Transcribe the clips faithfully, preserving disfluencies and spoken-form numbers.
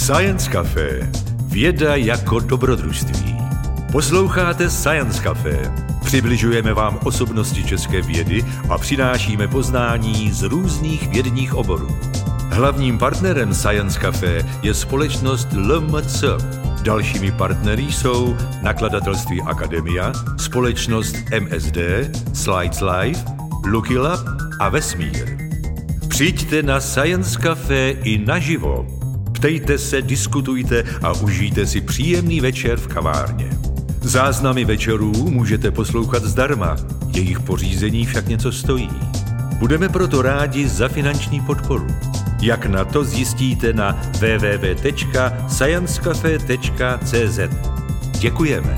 Science Café. Věda jako dobrodružství. Posloucháte Science Café. Přibližujeme vám osobnosti české vědy a přinášíme poznání z různých vědních oborů. Hlavním partnerem Science Café je společnost L M C. Dalšími partnery jsou nakladatelství Akademia, společnost M S D, Slides Live, Lucky Lab a Vesmír. Přijďte na Science Café i naživo. Ptejte se, diskutujte a užijte si příjemný večer v kavárně. Záznamy večerů můžete poslouchat zdarma, jejich pořízení však něco stojí. Budeme proto rádi za finanční podporu. Jak na to zjistíte na w w w tečka science cafe tečka c z. Děkujeme.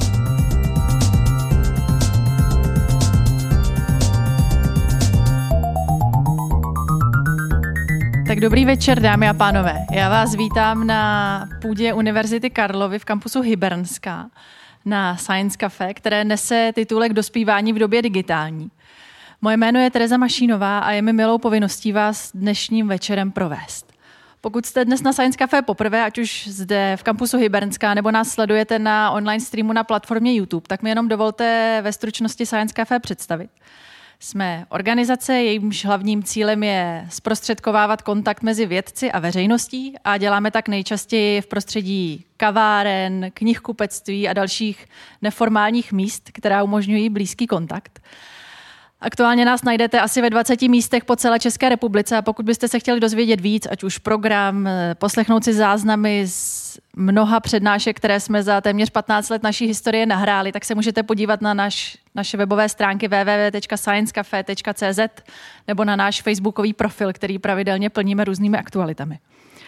Tak dobrý večer, dámy a pánové. Já vás vítám na půdě Univerzity Karlovy v kampusu Hybernská na Science Café, které nese titulek Dospívání v době digitální. Moje jméno je Tereza Mašínová a je mi milou povinností vás dnešním večerem provést. Pokud jste dnes na Science Café poprvé, ať už zde v kampusu Hybernská, nebo nás sledujete na online streamu na platformě YouTube, tak mi jenom dovolte ve stručnosti Science Café představit. Jsme organizace, jejímž hlavním cílem je zprostředkovávat kontakt mezi vědci a veřejností a děláme tak nejčastěji v prostředí kaváren, knihkupectví a dalších neformálních míst, která umožňují blízký kontakt. Aktuálně nás najdete asi ve dvaceti místech po celé České republice a pokud byste se chtěli dozvědět víc, ať už program, poslechnout si záznamy z mnoha přednášek, které jsme za téměř patnáct let naší historie nahráli, tak se můžete podívat na naš, naše webové stránky w w w tečka science cafe tečka c z nebo na náš facebookový profil, který pravidelně plníme různými aktualitami.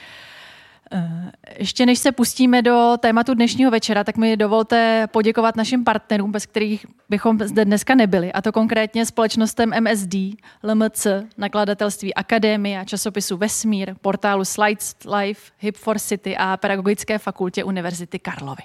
Ještě než se pustíme do tématu dnešního večera, tak mi dovolte poděkovat našim partnerům, bez kterých bychom zde dneska nebyli, a to konkrétně společnostem M S D, L M C, nakladatelství Akademia, časopisu Vesmír, portálu Slides Live, Hip for City a Pedagogické fakultě Univerzity Karlovy.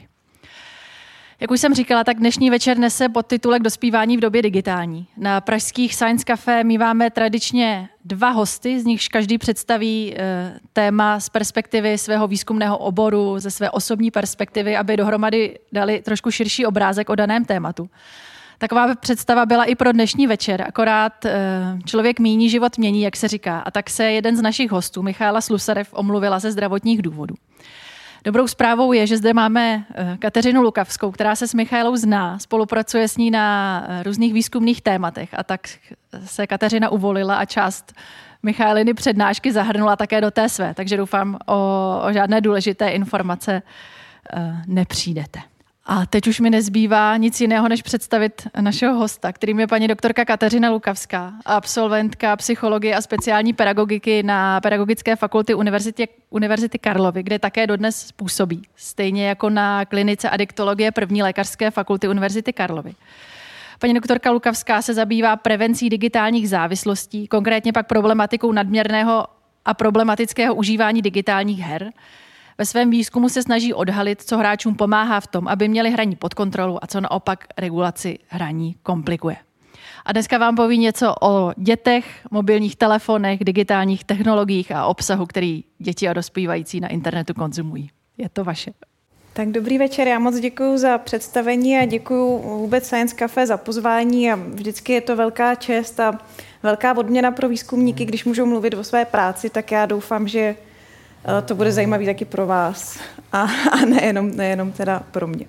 Jak už jsem říkala, tak dnešní večer nese podtitulek Dospívání v době digitální. Na pražských Science Café míváme tradičně dva hosty, z nichž každý představí e, téma z perspektivy svého výzkumného oboru, ze své osobní perspektivy, aby dohromady dali trošku širší obrázek o daném tématu. Taková představa byla i pro dnešní večer, akorát e, člověk míní, život mění, jak se říká. A tak se jeden z našich hostů, Michaela Slusarev, omluvila ze zdravotních důvodů. Dobrou zprávou je, že zde máme Kateřinu Lukavskou, která se s Michaelou zná, spolupracuje s ní na různých výzkumných tématech a tak se Kateřina uvolila a část Michaeliny přednášky zahrnula také do té své, takže doufám, o, o žádné důležité informace nepřijdete. A teď už mi nezbývá nic jiného, než představit našeho hosta, kterým je paní doktorka Kateřina Lukavská, absolventka psychologie a speciální pedagogiky na Pedagogické fakultě Univerzity, Univerzity Karlovy, kde také dodnes působí, stejně jako na klinice adiktologie první lékařské fakulty Univerzity Karlovy. Paní doktorka Lukavská se zabývá prevencí digitálních závislostí, konkrétně pak problematikou nadměrného a problematického užívání digitálních her. Ve svém výzkumu se snaží odhalit, co hráčům pomáhá v tom, aby měli hraní pod kontrolou a co naopak regulaci hraní komplikuje. A dneska vám poví něco o dětech, mobilních telefonech, digitálních technologiích a obsahu, který děti a dospívající na internetu konzumují. Je to vaše. Tak dobrý večer, já moc děkuji za představení a děkuji vůbec Science Café za pozvání a vždycky je to velká čest a velká odměna pro výzkumníky, když můžou mluvit o své práci, tak já doufám, že to bude zajímavý taky pro vás a, a nejenom, nejenom teda pro mě.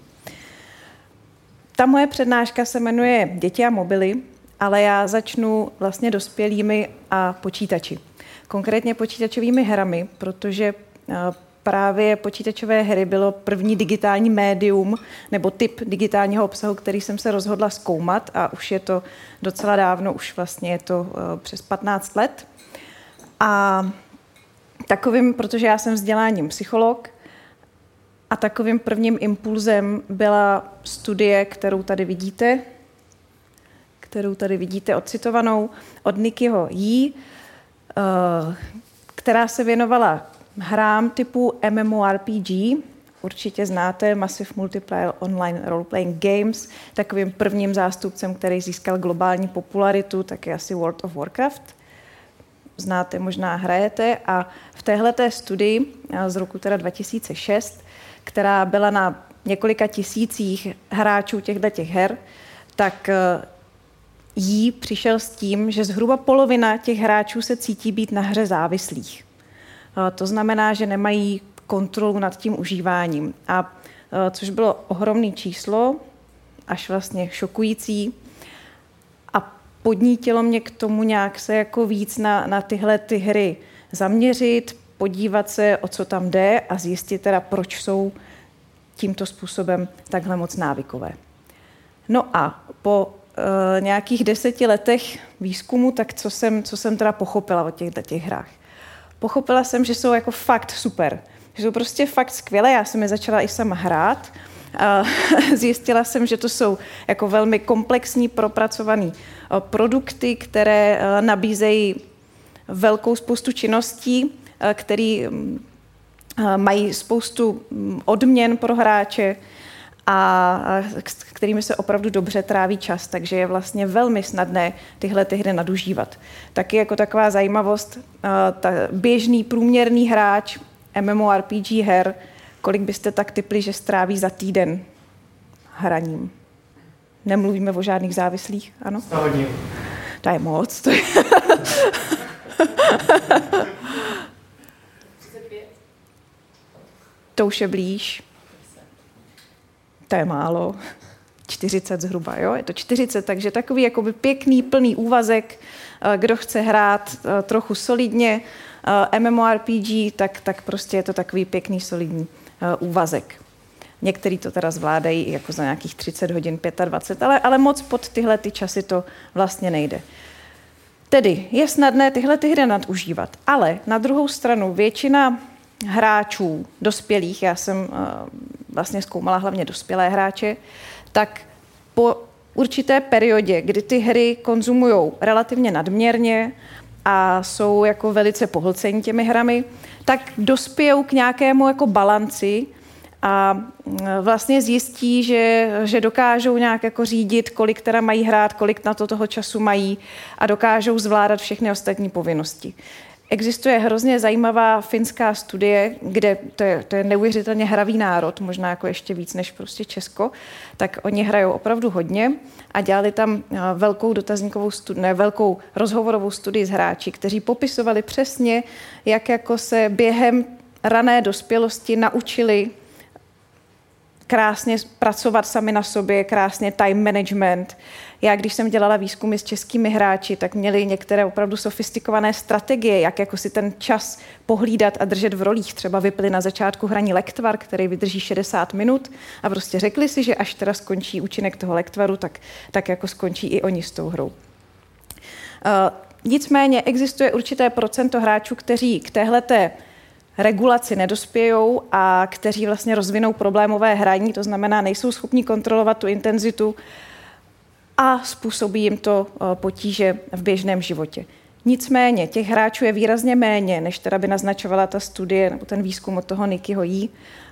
Ta moje přednáška se jmenuje Děti a mobily, ale já začnu vlastně dospělými a počítači. Konkrétně počítačovými hrami, protože právě počítačové hry bylo první digitální médium nebo typ digitálního obsahu, který jsem se rozhodla zkoumat a už je to docela dávno, už vlastně je to přes patnáct let. A takovým, protože já jsem vzděláním psycholog, a takovým prvním impulzem byla studie, kterou tady vidíte, kterou tady vidíte odcitovanou od Nickyho Yee, která se věnovala hrám typu MMORPG, určitě znáte Massive Multiplayer Online Role-Playing Games, takovým prvním zástupcem, který získal globální popularitu, tak je asi World of Warcraft. znáte, možná hrajete. A v téhleté studii z roku teda dva tisíce šest, která byla na několika tisících hráčů těchto her, tak jí přišel s tím, že zhruba polovina těch hráčů se cítí být na hře závislých. To znamená, že nemají kontrolu nad tím užíváním. A což bylo ohromné číslo, až vlastně šokující. A podnítilo mě k tomu nějak se jako víc na, na tyhle ty hry zaměřit, podívat se, o co tam jde a zjistit teda, proč jsou tímto způsobem takhle moc návykové. No a po e, nějakých deseti letech výzkumu, tak co jsem, co jsem teda pochopila o těchto těch hrách? Pochopila jsem, že jsou jako fakt super. Že jsou prostě fakt skvělé. Já jsem je začala i sama hrát. A zjistila jsem, že to jsou jako velmi komplexní, propracované produkty, které nabízejí velkou spoustu činností, které mají spoustu odměn pro hráče a s kterými se opravdu dobře tráví čas, takže je vlastně velmi snadné tyhle ty hry nadužívat. Taky jako taková zajímavost, ta běžný průměrný hráč MMORPG her, kolik byste tak tipli, že stráví za týden hraním? Nemluvíme o žádných závislých, ano? sto hodin. To je moc. To je... To už je blíž. To je málo. čtyřicet zhruba, jo? Je to čtyřicet, takže takový jakoby pěkný, plný úvazek. Kdo chce hrát trochu solidně MMORPG, tak, tak prostě je to takový pěkný, solidní úvazek. Některý to teda zvládají jako za nějakých třicet hodin, dvacet pět, ale, ale moc pod tyhle ty časy to vlastně nejde. Tedy je snadné tyhle ty hry nadužívat, ale na druhou stranu většina hráčů, dospělých, já jsem uh, vlastně zkoumala hlavně dospělé hráče, tak po určité periodě, kdy ty hry konzumují relativně nadměrně a jsou jako velice pohlcení těmi hrami, tak dospějou k nějakému jako balanci a vlastně zjistí, že, že dokážou nějak jako řídit, kolik teda mají hrát, kolik na to toho času mají a dokážou zvládat všechny ostatní povinnosti. Existuje hrozně zajímavá finská studie, kde to je, to je neuvěřitelně hravý národ, možná jako ještě víc než prostě Česko, tak oni hrajou opravdu hodně a dělali tam velkou dotazníkovou studii, ne, velkou rozhovorovou studii s hráči, kteří popisovali přesně, jak jako se během rané dospělosti naučili krásně pracovat sami na sobě, krásně time management. Já, když jsem dělala výzkumy s českými hráči, tak měli některé opravdu sofistikované strategie, jak jako si ten čas pohlídat a držet v rolích. Třeba vypili na začátku hraní lektvar, který vydrží šedesát minut a prostě řekli si, že až teda skončí účinek toho lektvaru, tak, tak jako skončí i oni s tou hrou. Uh, nicméně existuje určité procento hráčů, kteří k téhleté regulaci nedospějou a kteří vlastně rozvinou problémové hraní, to znamená, nejsou schopni kontrolovat tu intenzitu a způsobí jim to potíže v běžném životě. Nicméně těch hráčů je výrazně méně, než teda by naznačovala ta studie nebo ten výzkum od toho Nickyho Yee.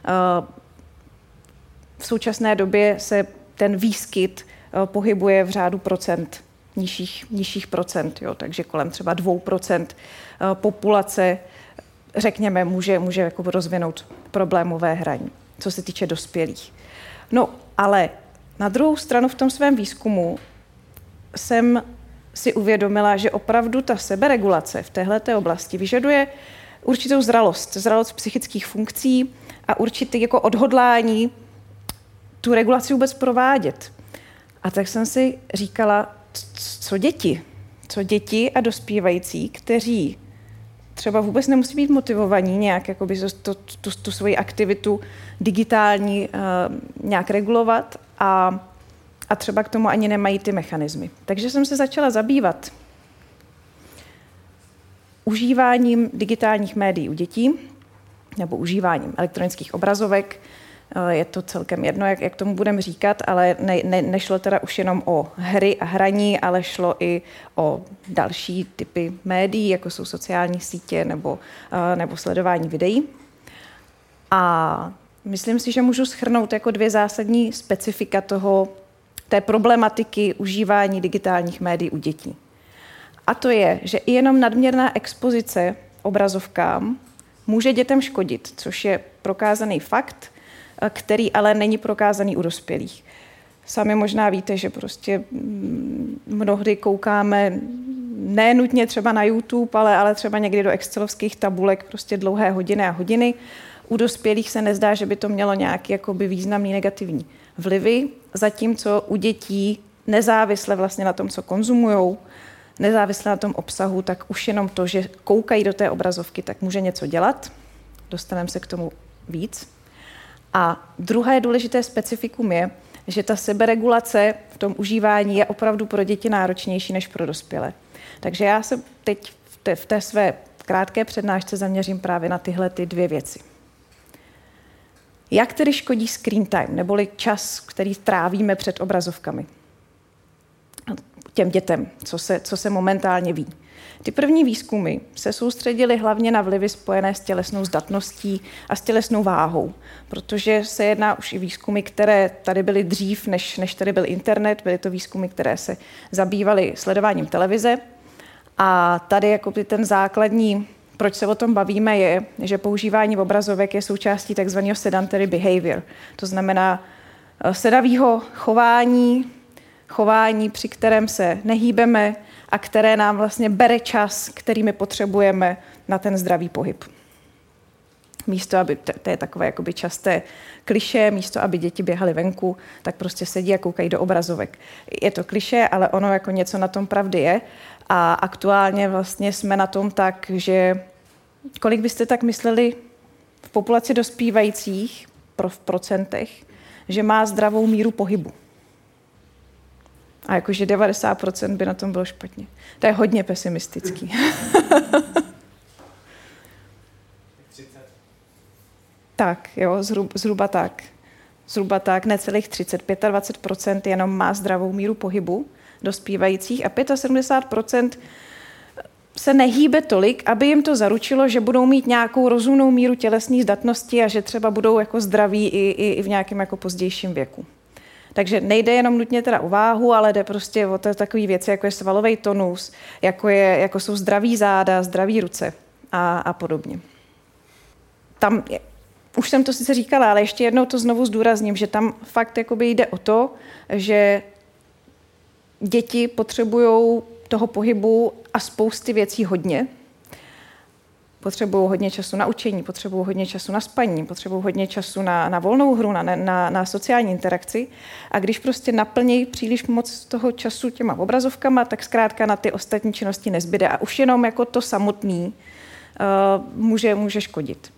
V současné době se ten výskyt pohybuje v řádu procent, nižších, nižších procent, jo, takže kolem třeba dvou procent populace řekněme, může, může jako rozvinout problémové hraní, co se týče dospělých. No, ale na druhou stranu v tom svém výzkumu jsem si uvědomila, že opravdu ta seberegulace v téhleté oblasti vyžaduje určitou zralost, zralost psychických funkcí a určitě jako odhodlání tu regulaci vůbec provádět. A tak jsem si říkala, co děti? Co děti a dospívající, kteří třeba vůbec nemusí být motivovaní nějak jakoby to, tu, tu svoji aktivitu digitální uh, nějak regulovat a, a třeba k tomu ani nemají ty mechanismy. Takže jsem se začala zabývat užíváním digitálních médií u dětí nebo užíváním elektronických obrazovek. Je to celkem jedno, jak, jak tomu budeme říkat, ale ne, ne, nešlo teda už jenom o hry a hraní, ale šlo i o další typy médií, jako jsou sociální sítě nebo, nebo sledování videí. A myslím si, že můžu shrnout jako dvě zásadní specifika toho, té problematiky užívání digitálních médií u dětí. A to je, že i jenom nadměrná expozice obrazovkám může dětem škodit, což je prokázaný fakt, který ale není prokázaný u dospělých. Sami možná víte, že prostě mnohdy koukáme ne nutně třeba na YouTube, ale, ale třeba někdy do excelovských tabulek prostě dlouhé hodiny a hodiny. U dospělých se nezdá, že by to mělo nějaký jakoby významný negativní vlivy, zatímco u dětí nezávisle vlastně na tom, co konzumujou, nezávisle na tom obsahu, tak už jenom to, že koukají do té obrazovky, tak může něco dělat. Dostaneme se k tomu víc. A druhé důležité specifikum je, že ta seberegulace v tom užívání je opravdu pro děti náročnější než pro dospělé. Takže já se teď v té, v té své krátké přednášce zaměřím právě na tyhle ty dvě věci. Jak tedy škodí screen time, neboli čas, který trávíme před obrazovkami těm dětem, co se, co se momentálně ví. Ty první výzkumy se soustředily hlavně na vlivy spojené s tělesnou zdatností a s tělesnou váhou, protože se jedná už i výzkumy, které tady byly dřív, než, než tady byl internet, byly to výzkumy, které se zabývaly sledováním televize. A tady jakoby ten základní, proč se o tom bavíme, je, že používání obrazovek je součástí takzvaného sedentary behavior. To znamená sedavého chování, chování, při kterém se nehýbeme a které nám vlastně bere čas, který my potřebujeme na ten zdravý pohyb. Místo, aby, to je takové jakoby časté klišé, místo, aby děti běhaly venku, tak prostě sedí a koukají do obrazovek. Je to klišé, ale ono jako něco na tom pravdy je. A aktuálně vlastně jsme na tom tak, že kolik byste tak mysleli v populaci dospívajících, pro, v procentech, že má zdravou míru pohybu. A jakože devadesát procent by na tom bylo špatně. To je hodně pesimistický. Tak, jo, zhruba, zhruba tak. Zhruba tak, necelých třicet, dvacet pět procent jenom má zdravou míru pohybu dospívajících a sedmdesát pět procent se nehýbe tolik, aby jim to zaručilo, že budou mít nějakou rozumnou míru tělesné zdatnosti a že třeba budou jako zdraví i, i, i v nějakém jako pozdějším věku. Takže nejde jenom nutně teda o váhu, ale jde prostě o takové věci, jako je svalový tonus, jako, je, jako jsou zdraví záda, zdraví ruce a, a podobně. Tam je, už jsem to sice říkala, ale ještě jednou to znovu zdůrazním, že tam fakt jakoby jde o to, že děti potřebují toho pohybu a spousty věcí hodně. Potřebují hodně času na učení, potřebují hodně času na spaní, potřebují hodně času na, na volnou hru, na, na, na sociální interakci. A když prostě naplní příliš moc toho času těma obrazovkama, tak zkrátka na ty ostatní činnosti nezbyde. A už jenom jako to samotný uh, může, může škodit.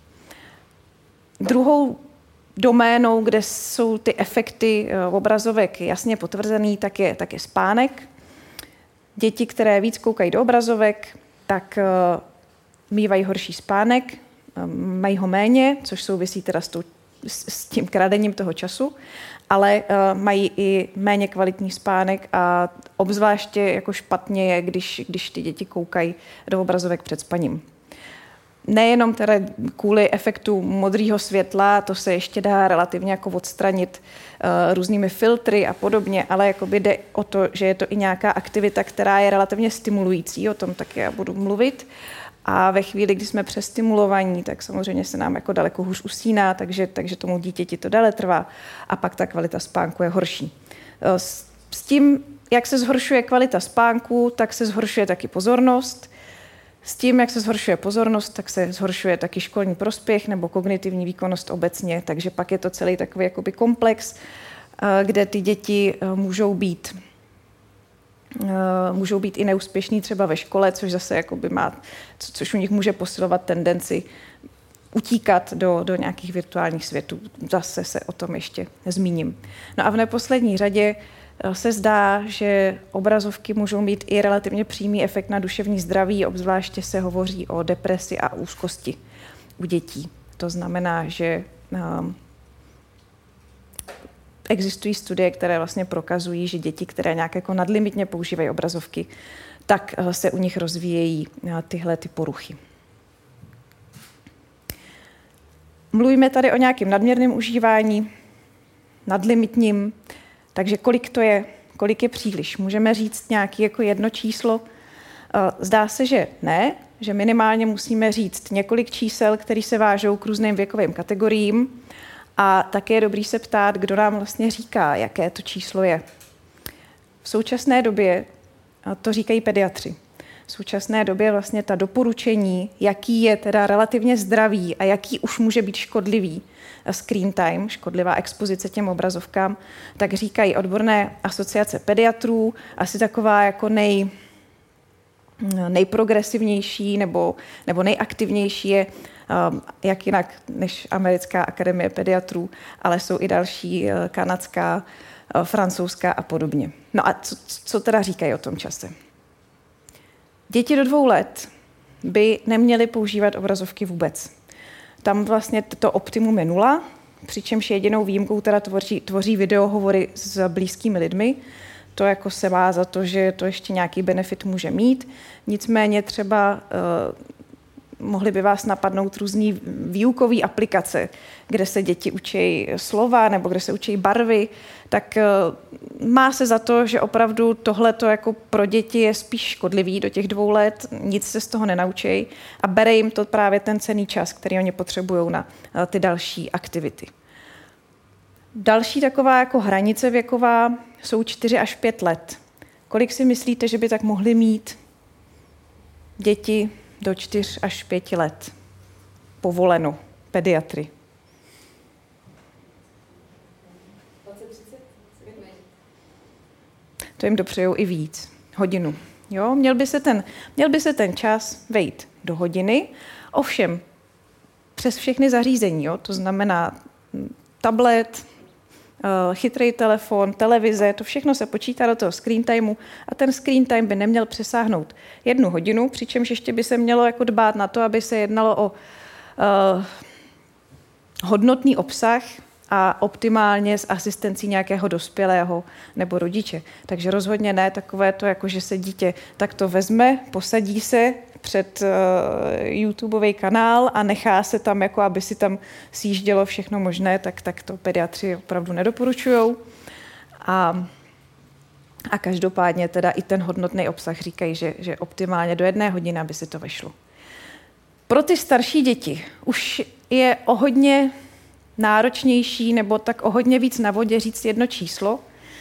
Druhou doménou, kde jsou ty efekty uh, obrazovek jasně potvrzený, tak je, tak je spánek. Děti, které víc koukají do obrazovek, tak uh, mívají horší spánek, mají ho méně, což souvisí teda s, tou, s tím kradením toho času, ale uh, mají i méně kvalitní spánek a obzvláště jako špatně je, když, když ty děti koukají do obrazovek před spaním. Nejenom teda kvůli efektu modrého světla, to se ještě dá relativně jako odstranit uh, různými filtry a podobně, ale jakoby jde o to, že je to i nějaká aktivita, která je relativně stimulující, o tom taky já budu mluvit. A ve chvíli, kdy jsme přestimulovaní, tak samozřejmě se nám jako daleko hůř usíná, takže, takže tomu dítěti to dále trvá a pak ta kvalita spánku je horší. S, s tím, jak se zhoršuje kvalita spánku, tak se zhoršuje taky pozornost. S tím, jak se zhoršuje pozornost, tak se zhoršuje taky školní prospěch nebo kognitivní výkonnost obecně, takže pak je to celý takový jakoby komplex, kde ty děti můžou být můžou být i neúspěšní třeba ve škole, což zase jakoby má, co, což u nich může posilovat tendenci utíkat do, do nějakých virtuálních světů. Zase se o tom ještě zmíním. No a v neposlední řadě se zdá, že obrazovky můžou mít i relativně přímý efekt na duševní zdraví, obzvláště se hovoří o depresi a úzkosti u dětí. To znamená, že um, existují studie, které vlastně prokazují, že děti, které nějak jako nadlimitně používají obrazovky, tak se u nich rozvíjejí tyhle ty poruchy. Mluvíme tady o nějakém nadměrném užívání, nadlimitním, takže kolik to je, kolik je příliš. Můžeme říct nějaké jako jedno číslo. Zdá se, že ne, že minimálně musíme říct několik čísel, které se vážou k různým věkovým kategoriím a také je dobrý se ptát, kdo nám vlastně říká, jaké to číslo je. V současné době, a to říkají pediatři, v současné době vlastně ta doporučení, jaký je teda relativně zdravý a jaký už může být škodlivý screen time, škodlivá expozice těm obrazovkám, tak říkají odborné asociace pediatrů, asi taková jako nej, nejprogresivnější nebo, nebo nejaktivnější je, um, jak jinak než Americká akademie pediatrů, ale jsou i další, uh, kanadská, uh, francouzská a podobně. No a co, co teda říkají o tom čase? Děti do dvou let by neměly používat obrazovky vůbec. Tam vlastně to optimum je nula, přičemž jedinou výjimkou teda tvoří, tvoří videohovory s blízkými lidmi. To jako se má za to, že to ještě nějaký benefit může mít. Nicméně třeba uh, mohly by vás napadnout různý výukové aplikace, kde se děti učí slova nebo kde se učí barvy, tak uh, má se za to, že opravdu tohleto jako pro děti je spíš škodlivý do těch dvou let, nic se z toho nenaučí a bere jim to právě ten cenný čas, který oni potřebují na uh, ty další aktivity. Další taková jako hranice věková jsou čtyři až pět let. Kolik si myslíte, že by tak mohly mít děti do čtyř až pěti let povoleno pediatry? To jim dopřejou i víc. Hodinu. Jo? Měl by se ten, měl by se ten čas vejít do hodiny, ovšem přes všechny zařízení, jo? To znamená tablet, chytrý telefon, televize, to všechno se počítá do toho screen timeu a ten screen time by neměl přesáhnout jednu hodinu, přičemž ještě by se mělo jako dbát na to, aby se jednalo o uh, hodnotný obsah a optimálně s asistencí nějakého dospělého nebo rodiče. Takže rozhodně ne takové to, jako že se dítě takto vezme, posadí se před uh, YouTubeový kanál a nechá se tam, jako aby si tam sjíždělo všechno možné, tak, tak to pediatři opravdu nedoporučujou. A, a každopádně teda i ten hodnotný obsah říkají, že, že optimálně do jedné hodiny, aby si to vešlo. Pro ty starší děti už je o hodně náročnější nebo tak o hodně víc na vodě říct jedno číslo.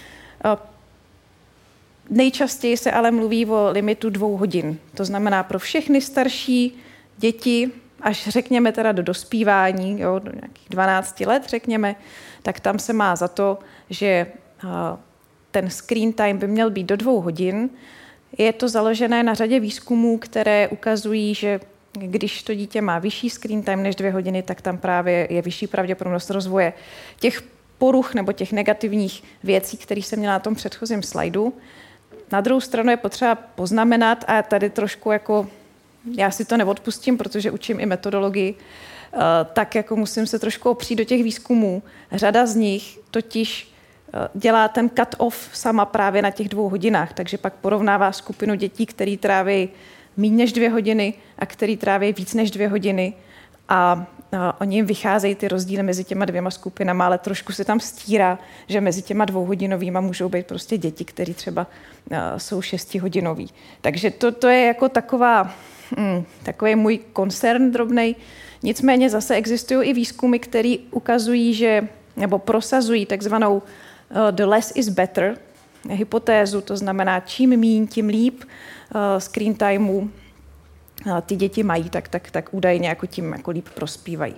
Nejčastěji se ale mluví o limitu dvou hodin. To znamená pro všechny starší děti, až řekněme teda do dospívání, jo, do nějakých dvanácti let řekněme, tak tam se má za to, že ten screen time by měl být do dvou hodin. Je to založené na řadě výzkumů, které ukazují, že když to dítě má vyšší screen time než dvě hodiny, tak tam právě je vyšší pravděpodobnost rozvoje těch poruch nebo těch negativních věcí, které jsem měla na tom předchozím slajdu. Na druhou stranu je potřeba poznamenat, a tady trošku jako, já si to neodpustím, protože učím i metodologii, tak jako musím se trošku opřít do těch výzkumů. Řada z nich totiž dělá ten cut-off sama právě na těch dvou hodinách, takže pak porovnává skupinu dětí, který tráví méně než dvě hodiny a který tráví víc než dvě hodiny a, a oni jim vycházejí ty rozdíly mezi těma dvěma skupinama, ale trošku se tam stírá, že mezi těma dvouhodinovýma můžou být prostě děti, které třeba a, jsou šestihodinový. Takže to, to je jako taková, mm, takový můj koncern drobnej. Nicméně zase existují i výzkumy, které ukazují, že, nebo prosazují takzvanou uh, the less is better hypotézu, to znamená čím míň, tím líp uh, screen timeu uh, ty děti mají, tak, tak, tak údajně jako tím jako líp prospívají.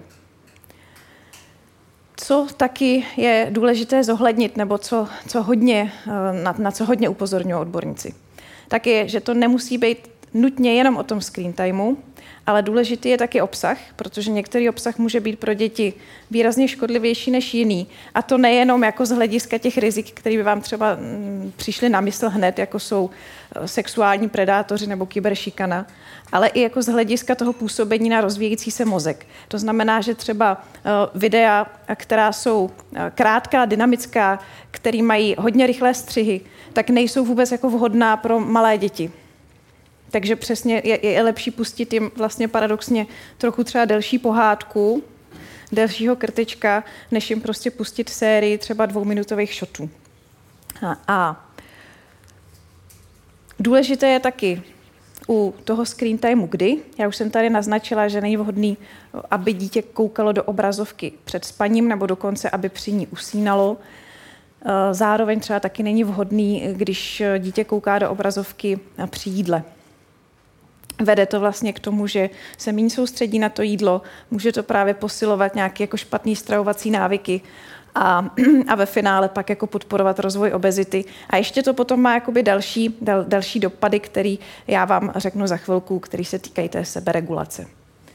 Co taky je důležité zohlednit, nebo co, co hodně, uh, na, na co hodně upozorňují odborníci, tak je, že to nemusí být nutně jenom o tom screen timeu, ale důležitý je taky obsah, protože některý obsah může být pro děti výrazně škodlivější než jiný. A to nejenom jako z hlediska těch rizik, které by vám třeba přišly na mysl hned, jako jsou sexuální predátoři nebo kyberšikana, ale i jako z hlediska toho působení na rozvíjející se mozek. To znamená, že třeba videa, která jsou krátká, dynamická, které mají hodně rychlé střihy, tak nejsou vůbec jako vhodná pro malé děti. Takže přesně je, je lepší pustit jim vlastně paradoxně trochu třeba delší pohádku, delšího krtečka, než jim prostě pustit sérii třeba dvouminutových shotů. A, a důležité je taky u toho screen timeu kdy. Já už jsem tady naznačila, že není vhodný, aby dítě koukalo do obrazovky před spaním nebo dokonce, aby při ní usínalo. Zároveň třeba taky není vhodný, když dítě kouká do obrazovky při jídle. Vede to vlastně k tomu, že se méně soustředí na to jídlo, může to právě posilovat nějaké jako špatné stravovací návyky a, a ve finále pak jako podporovat rozvoj obezity. A ještě to potom má jakoby další, dal, další dopady, které já vám řeknu za chvilku, které se týkají té seberegulace.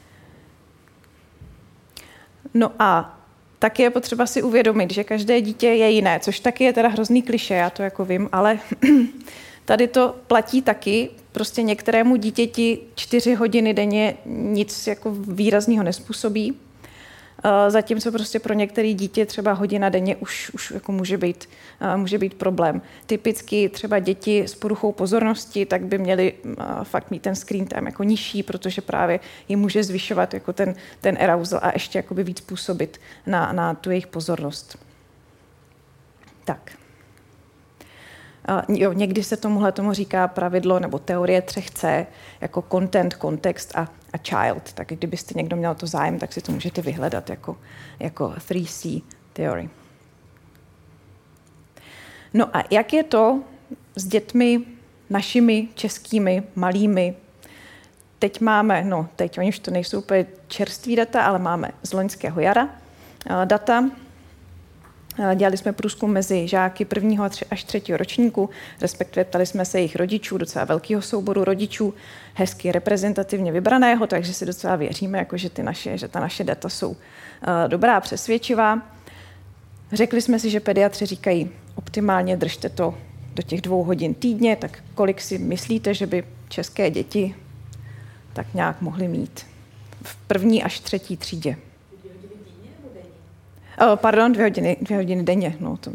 No a taky je potřeba si uvědomit, že každé dítě je jiné, což taky je teda hrozný klišé, já to jako vím, ale tady to platí taky. Prostě některému dítěti čtyři hodiny denně nic jako výrazného nespůsobí, zatímco prostě pro některé dítě třeba hodina denně už, už jako může být, může být problém. Typicky třeba děti s poruchou pozornosti, tak by měly fakt mít ten screen time jako nižší, protože právě jim může zvyšovat jako ten, ten arousal a ještě jakoby víc působit na, na tu jejich pozornost. Tak. Uh, jo, někdy se tomuhle tomu říká pravidlo nebo teorie třech C, jako content, kontext a, a child. Tak kdybyste někdo měl to zájem, tak si to můžete vyhledat jako, jako three C theory. No a jak je to s dětmi našimi českými, malými? Teď máme, no teď oni už to nejsou úplně čerství data, ale máme z loňského jara uh, data. Dělali jsme průzkum mezi žáky prvního až třetího ročníku, respektive ptali jsme se jejich rodičů, docela velkého souboru rodičů, hezky reprezentativně vybraného, takže si docela věříme, jako že, ty naše, že ta naše data jsou uh, dobrá a přesvědčivá. Řekli jsme si, že pediatři říkají, optimálně držte to do těch dvou hodin týdně, tak kolik si myslíte, že by české děti tak nějak mohly mít v první až třetí třídě? Oh, pardon, dvě hodiny, dvě hodiny denně. No, to...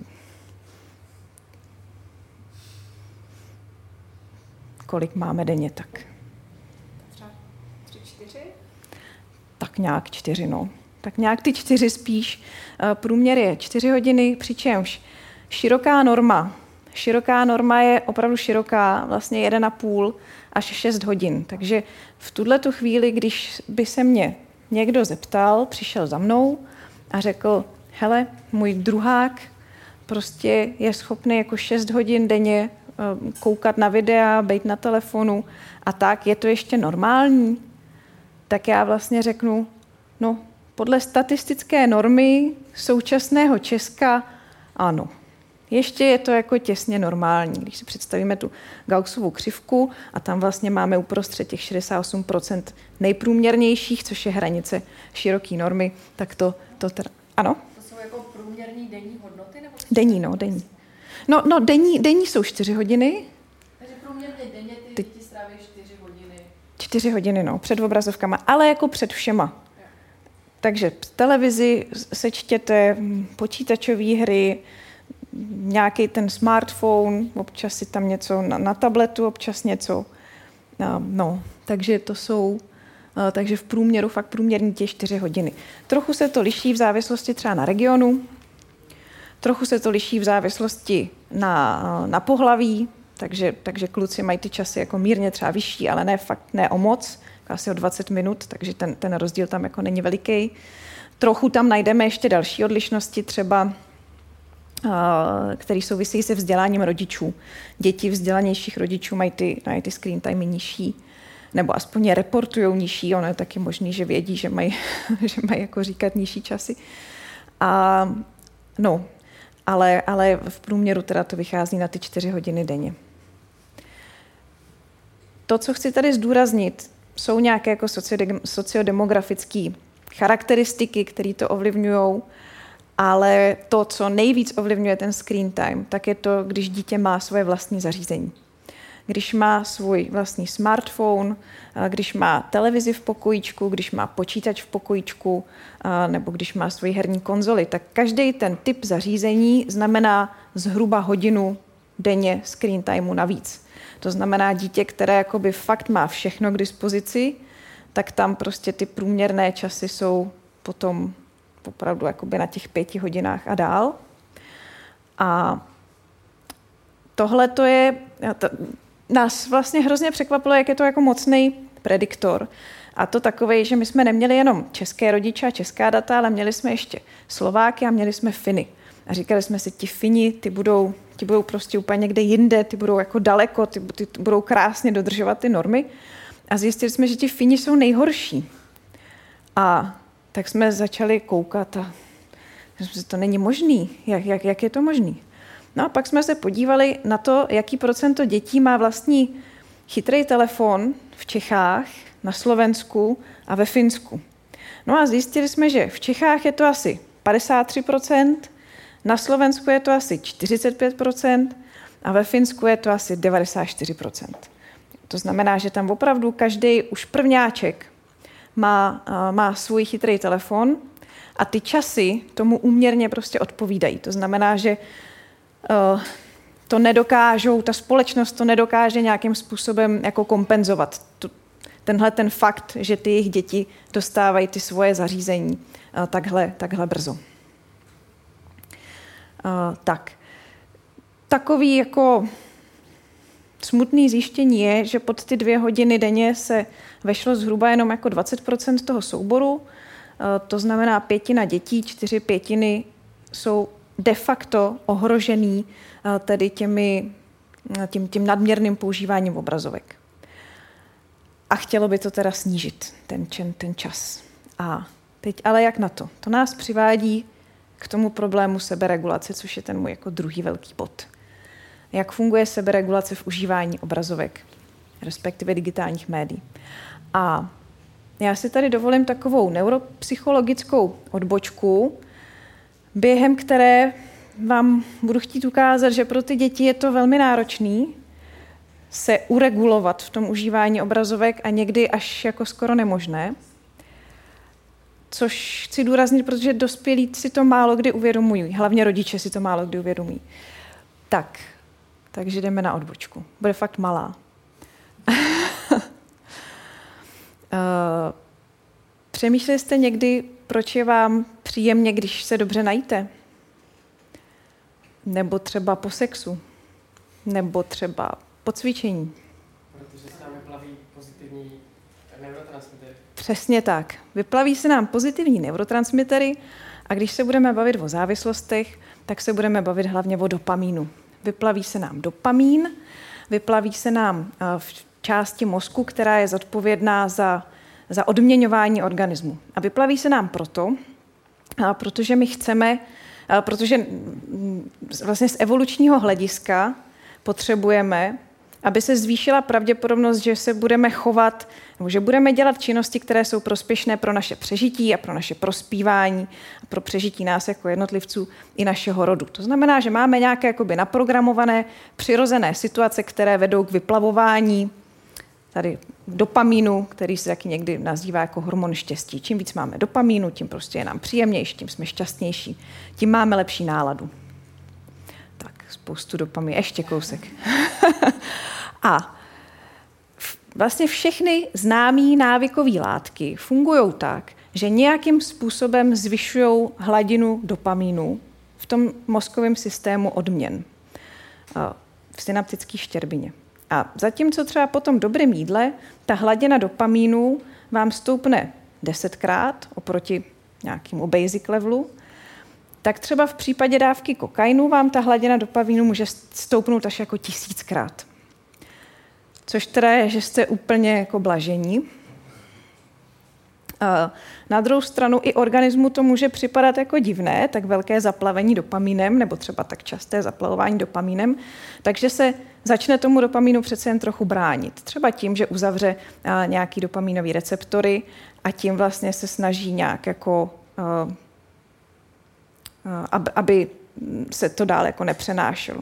Kolik máme denně, tak? Třeba tři, čtyři? Tak nějak čtyři, no. Tak nějak ty čtyři spíš. Průměr je čtyři hodiny, přičemž široká norma. Široká norma je opravdu široká, vlastně jeden a půl až šest hodin. Takže v tuhletu chvíli, když by se mě někdo zeptal, přišel za mnou a řekl, hele, můj druhák prostě je schopný jako šest hodin denně koukat na videa, být na telefonu a tak, je to ještě normální? Tak já vlastně řeknu, no, podle statistické normy současného Česka ano. Ještě je to jako těsně normální. Když si představíme tu Gaussovu křivku a tam vlastně máme uprostřed těch šedesát osm procent nejprůměrnějších, což je hranice široké normy, tak to, to teda, ano? Jako průměrný denní hodnoty? Nebo denní, no, denní. No, no denní, denní jsou čtyři hodiny. Takže průměrně denně ty děti stráví čtyři hodiny. Čtyři hodiny, no, před obrazovkama, ale jako před všema. Jo. Takže televizi sečtěte, počítačové hry, nějaký ten smartphone, občas si tam něco na, na tabletu, občas něco. No, takže to jsou... Takže v průměru, fakt průměrní těch čtyři hodiny. Trochu se to liší v závislosti třeba na regionu, trochu se to liší v závislosti na, na pohlaví, takže, takže kluci mají ty časy jako mírně třeba vyšší, ale ne fakt ne o moc, asi o dvacet minut, takže ten, ten rozdíl tam jako není veliký. Trochu tam najdeme ještě další odlišnosti, třeba který souvisí se vzděláním rodičů. Děti vzdělanějších rodičů mají ty, mají ty screen timey nižší, nebo aspoň je reportujou nižší, ono je taky možný, že vědí, že mají, že mají jako říkat nižší časy. A, no, ale, ale v průměru teda to vychází na ty čtyři hodiny denně. To, co chci tady zdůraznit, jsou nějaké jako sociodemografické charakteristiky, které to ovlivňují, ale to, co nejvíc ovlivňuje ten screen time, tak je to, když dítě má svoje vlastní zařízení. Když má svůj vlastní smartphone, když má televizi v pokojíčku, když má počítač v pokojíčku, nebo když má svoji herní konzoli, tak každý ten typ zařízení znamená zhruba hodinu denně screen timeu navíc. To znamená dítě, které jakoby fakt má všechno k dispozici, tak tam prostě ty průměrné časy jsou potom opravdu jakoby na těch pěti hodinách a dál. A tohle to je... nás vlastně hrozně překvapilo, jak je to jako mocný prediktor. A to takovej, že my jsme neměli jenom české rodiče a česká data, ale měli jsme ještě Slováky a měli jsme Finy. A říkali jsme si, ti Fini, ty budou, ty budou prostě úplně někde jinde, ty budou jako daleko, ty, ty budou krásně dodržovat ty normy. A zjistili jsme, že ti Fini jsou nejhorší. A tak jsme začali koukat a to není možný. Jak, jak, jak je to možný? No a pak jsme se podívali na to, jaký procento dětí má vlastní chytrý telefon v Čechách, na Slovensku a ve Finsku. No a zjistili jsme, že v Čechách je to asi padesát tři procent, na Slovensku je to asi čtyřicet pět procent a ve Finsku je to asi devadesát čtyři procent. To znamená, že tam opravdu každý už prvňáček má, má svůj chytrý telefon a ty časy tomu úměrně prostě odpovídají. To znamená, že uh, to nedokážou, ta společnost to nedokáže nějakým způsobem jako kompenzovat. Tu, tenhle ten fakt, že ty jejich děti dostávají ty svoje zařízení uh, takhle, takhle brzo. Uh, tak. Takový jako smutný zjištění je, že pod ty dvě hodiny denně se vešlo zhruba jenom jako dvacet procent toho souboru. To znamená pětina dětí, čtyři pětiny jsou de facto ohrožený tedy těmi, tím, tím nadměrným používáním obrazovek. A chtělo by to teda snížit ten, ten čas. A teď ale jak na to? To nás přivádí k tomu problému seberegulace, což je ten můj jako druhý velký bod. Jak funguje seberegulace v užívání obrazovek, respektive digitálních médií. A já si tady dovolím takovou neuropsychologickou odbočku, během které vám budu chtít ukázat, že pro ty děti je to velmi náročný se uregulovat v tom užívání obrazovek a někdy až jako skoro nemožné. Což chci důraznit, protože dospělí si to málo kdy uvědomují, hlavně rodiče si to málo kdy uvědomují. Tak, takže jdeme na odbočku. Bude fakt malá. Uh, přemýšleli jste někdy, proč je vám příjemně, když se dobře najíte? Nebo třeba po sexu? Nebo třeba po cvičení? Protože se nám vyplaví pozitivní neurotransmitery. Přesně tak. Vyplaví se nám pozitivní neurotransmitery a když se budeme bavit o závislostech, tak se budeme bavit hlavně o dopamínu. Vyplaví se nám dopamín, vyplaví se nám v části mozku, která je zodpovědná za, za odměňování organismu. A vyplaví se nám proto, protože my chceme, protože vlastně z evolučního hlediska potřebujeme, aby se zvýšila pravděpodobnost, že se budeme chovat, nebo že budeme dělat činnosti, které jsou prospěšné pro naše přežití a pro naše prospívání a pro přežití nás jako jednotlivců i našeho rodu. To znamená, že máme nějaké jakoby naprogramované, přirozené situace, které vedou k vyplavování tady dopamínu, který se taky někdy nazývá jako hormon štěstí. Čím víc máme dopamínu, tím prostě je nám příjemnější, tím jsme šťastnější, tím máme lepší náladu. Tak, spoustu dopamínu, ještě kousek. A vlastně všechny známé návykové látky fungují tak, že nějakým způsobem zvyšují hladinu dopamínu v tom mozkovém systému odměn, v synaptické štěrbině. A zatímco třeba po tom dobrém jídle ta hladina dopamínu vám stoupne desetkrát oproti nějakému basic levelu, tak třeba v případě dávky kokainu vám ta hladina dopamínu může stoupnout až jako tisíckrát. Což teda je, že jste úplně jako blažení. Na druhou stranu i organismu to může připadat jako divné, tak velké zaplavení dopamínem, nebo třeba tak časté zaplavování dopamínem, takže se začne tomu dopamínu přece jen trochu bránit. Třeba tím, že uzavře nějaký dopamínový receptory a tím vlastně se snaží nějak jako, aby se to dál jako nepřenášelo.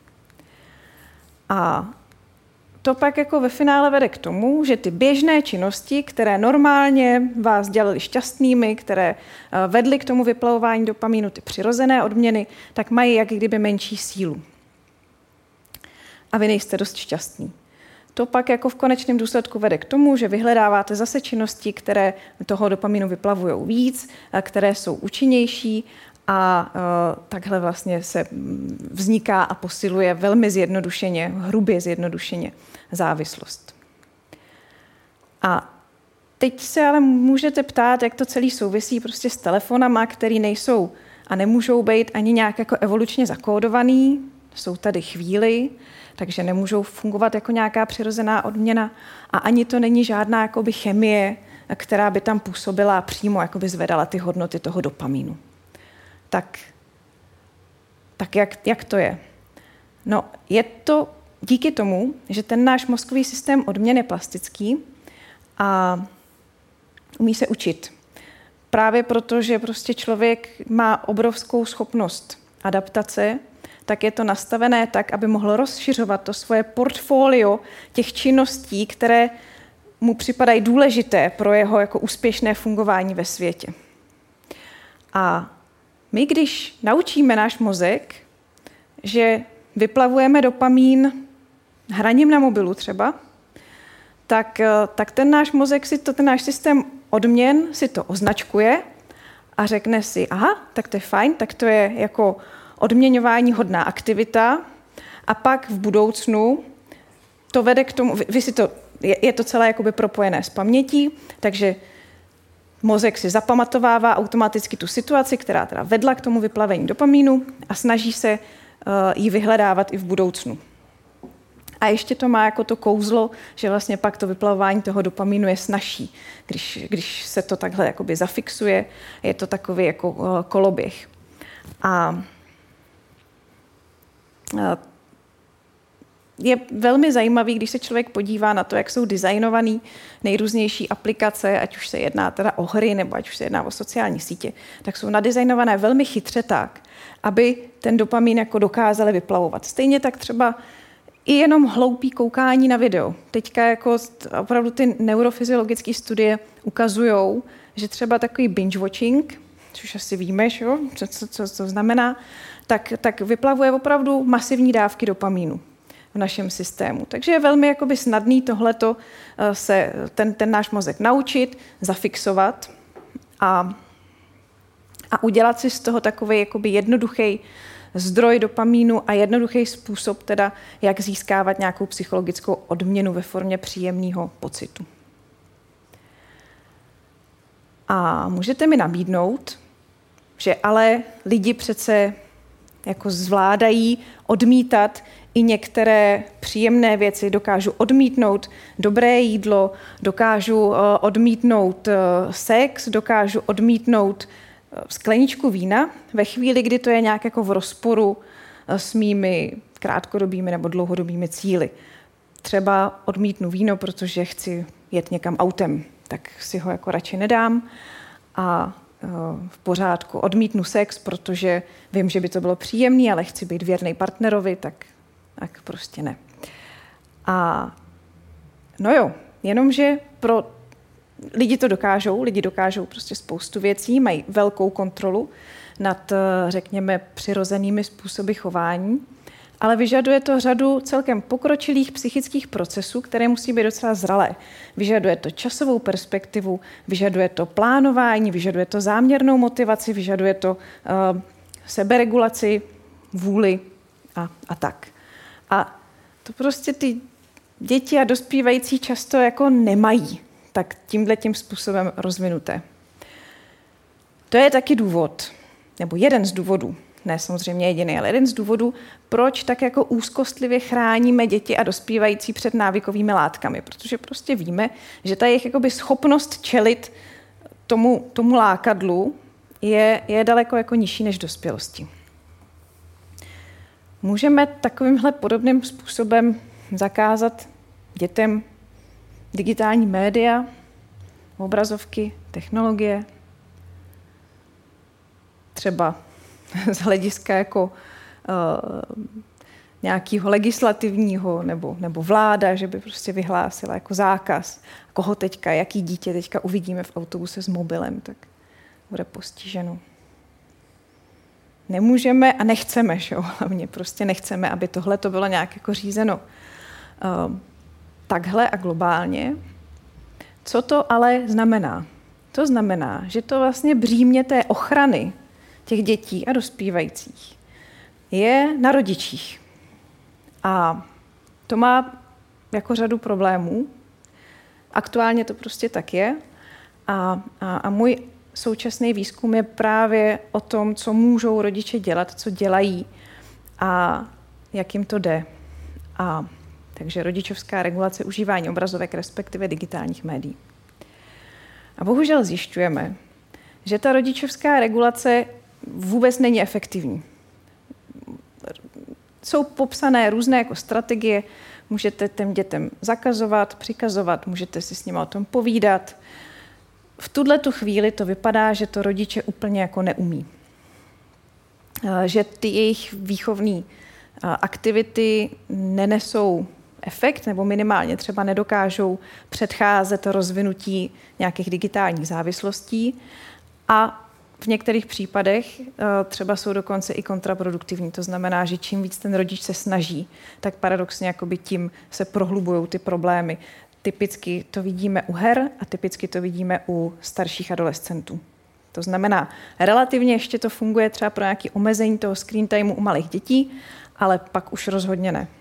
A to pak jako ve finále vede k tomu, že ty běžné činnosti, které normálně vás dělaly šťastnými, které vedly k tomu vyplavování dopamínu, ty přirozené odměny, tak mají jak kdyby menší sílu. A vy nejste dost šťastní. To pak jako v konečném důsledku vede k tomu, že vyhledáváte zase činnosti, které toho dopamínu vyplavují víc, které jsou účinnější A uh, takhle vlastně se vzniká a posiluje velmi zjednodušeně, hrubě zjednodušeně závislost. A teď se ale můžete ptát, jak to celý souvisí prostě s telefonama, který nejsou a nemůžou být ani nějak jako evolučně zakódovaný, jsou tady chvíli, takže nemůžou fungovat jako nějaká přirozená odměna a ani to není žádná jakoby chemie, která by tam působila a přímo jakoby zvedala ty hodnoty toho dopamínu. Tak, tak jak, jak to je? No, je to díky tomu, že ten náš mozkový systém odměn je plastický a umí se učit. Právě proto, že prostě člověk má obrovskou schopnost adaptace, tak je to nastavené tak, aby mohl rozšiřovat to svoje portfolio těch činností, které mu připadají důležité pro jeho jako úspěšné fungování ve světě. A my, když naučíme náš mozek, že vyplavujeme dopamín hraním na mobilu třeba, tak, tak ten náš mozek si to, ten náš systém odměn si to označkuje a řekne si, aha, tak to je fajn, tak to je jako odměňování hodná aktivita a pak v budoucnu to vede k tomu, vy si to, je, je to celé jakoby propojené s pamětí, takže mozek si zapamatovává automaticky tu situaci, která teda vedla k tomu vyplavení dopamínu a snaží se uh, ji vyhledávat i v budoucnu. A ještě to má jako to kouzlo, že vlastně pak to vyplavování toho dopamínu je snazší, když, když se to takhle jakoby zafixuje, je to takový jako uh, koloběh. A uh, je velmi zajímavý, když se člověk podívá na to, jak jsou designované nejrůznější aplikace, ať už se jedná teda o hry, nebo ať už se jedná o sociální sítě, tak jsou nadizajnované velmi chytře tak, aby ten dopamin jako dokázali vyplavovat. Stejně tak třeba i jenom hloupý koukání na video. Teďka jako opravdu ty neurofyziologické studie ukazujou, že třeba takový binge watching, což asi víme, jo? Co, co, co to znamená, tak, tak vyplavuje opravdu masivní dávky dopamínu v našem systému. Takže je velmi jakoby snadný tohleto se ten, ten náš mozek naučit, zafixovat a, a udělat si z toho takový jakoby jednoduchý zdroj dopamínu a jednoduchý způsob, teda, jak získávat nějakou psychologickou odměnu ve formě příjemného pocitu. A můžete mi nabídnout, že ale lidi přece jako zvládají odmítat i některé příjemné věci, dokážu odmítnout dobré jídlo, dokážu uh, odmítnout uh, sex, dokážu odmítnout uh, skleničku vína ve chvíli, kdy to je nějak jako v rozporu uh, s mými krátkodobými nebo dlouhodobými cíli. Třeba odmítnu víno, protože chci jet někam autem, tak si ho jako radši nedám a v pořádku. Odmítnu sex, protože vím, že by to bylo příjemný, ale chci být věrný partnerovi, tak, tak prostě ne. A no jo, jenomže pro lidi to dokážou, lidi dokážou prostě spoustu věcí, mají velkou kontrolu nad, řekněme, přirozenými způsoby chování, ale vyžaduje to řadu celkem pokročilých psychických procesů, které musí být docela zralé. Vyžaduje to časovou perspektivu, vyžaduje to plánování, vyžaduje to záměrnou motivaci, vyžaduje to uh, seberegulaci, vůli a, a tak. A to prostě ty děti a dospívající často jako nemají tak tímhletím způsobem rozvinuté. To je taky důvod, nebo jeden z důvodů, ne samozřejmě jediný, ale jeden z důvodů, proč tak jako úzkostlivě chráníme děti a dospívající před návykovými látkami. Protože prostě víme, že ta jejich jakoby schopnost čelit tomu, tomu lákadlu je, je daleko jako nižší než dospělosti. Můžeme takovýmhle podobným způsobem zakázat dětem digitální média, obrazovky, technologie, třeba z hlediska jako uh, nějakého legislativního nebo, nebo vláda, že by prostě vyhlásila jako zákaz, koho teďka, jaký dítě teďka uvidíme v autobuse s mobilem, tak bude postiženo. Nemůžeme a nechceme, že jo, hlavně prostě nechceme, aby tohle to bylo nějak jako řízeno uh, takhle a globálně. Co to ale znamená? To znamená, že to vlastně břímě té ochrany těch dětí a dospívajících je na rodičích. A to má jako řadu problémů. Aktuálně to prostě tak je. A, a, a můj současný výzkum je právě o tom, co můžou rodiče dělat, co dělají a jak jim to jde. A takže rodičovská regulace užívání obrazovek, respektive digitálních médií. A bohužel zjišťujeme, že ta rodičovská regulace vůbec není efektivní. Jsou popsané různé jako strategie, můžete těm dětem zakazovat, přikazovat, můžete si s nimi o tom povídat. V tuhletu chvíli to vypadá, že to rodiče úplně jako neumí. Že ty jejich výchovné aktivity nenesou efekt, nebo minimálně třeba nedokážou předcházet rozvinutí nějakých digitálních závislostí a v některých případech třeba jsou dokonce i kontraproduktivní. To znamená, že čím víc ten rodič se snaží, tak paradoxně jakoby tím se prohlubují ty problémy. Typicky to vidíme u her a typicky to vidíme u starších adolescentů. To znamená, relativně ještě to funguje třeba pro nějaké omezení toho screen timeu u malých dětí, ale pak už rozhodně ne.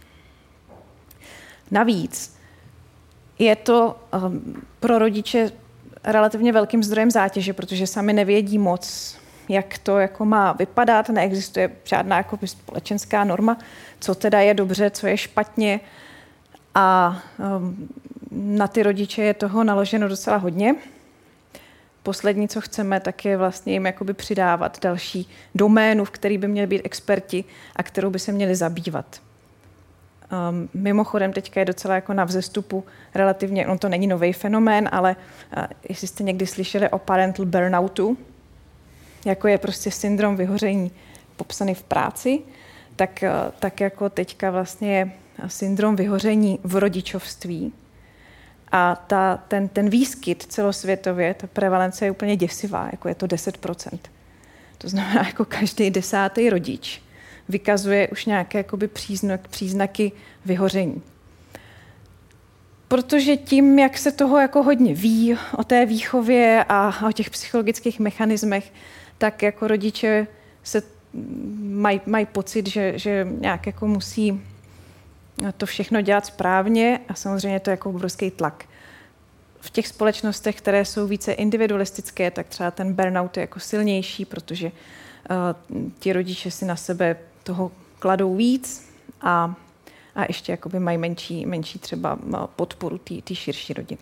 Navíc je to um, pro rodiče relativně velkým zdrojem zátěže, protože sami nevědí moc, jak to jako má vypadat, neexistuje žádná jako společenská norma, co teda je dobře, co je špatně a um, na ty rodiče je toho naloženo docela hodně. Poslední, co chceme, tak je vlastně jim jakoby přidávat další doménu, v který by měli být experti a kterou by se měli zabývat. Um, mimochodem teďka je docela jako na vzestupu relativně, on to není nový fenomén, ale uh, jestli jste někdy slyšeli o parental burnoutu, jako je prostě syndrom vyhoření popsaný v práci, tak, uh, tak jako teďka vlastně je syndrom vyhoření v rodičovství. A ta, ten, ten výskyt celosvětově, ta prevalence je úplně děsivá, jako je to deset procent. To znamená, jako každý desátý rodič vykazuje už nějaké jakoby příznak, příznaky vyhoření. Protože tím, jak se toho jako hodně ví o té výchově a o těch psychologických mechanismech, tak jako rodiče se mají maj pocit, že, že nějak jako musí to všechno dělat správně a samozřejmě to je jako obrovský tlak. V těch společnostech, které jsou více individualistické, tak třeba ten burnout je jako silnější, protože uh, ti rodiče si na sebe toho kladou víc a, a ještě jakoby mají menší, menší třeba podporu té širší rodiny.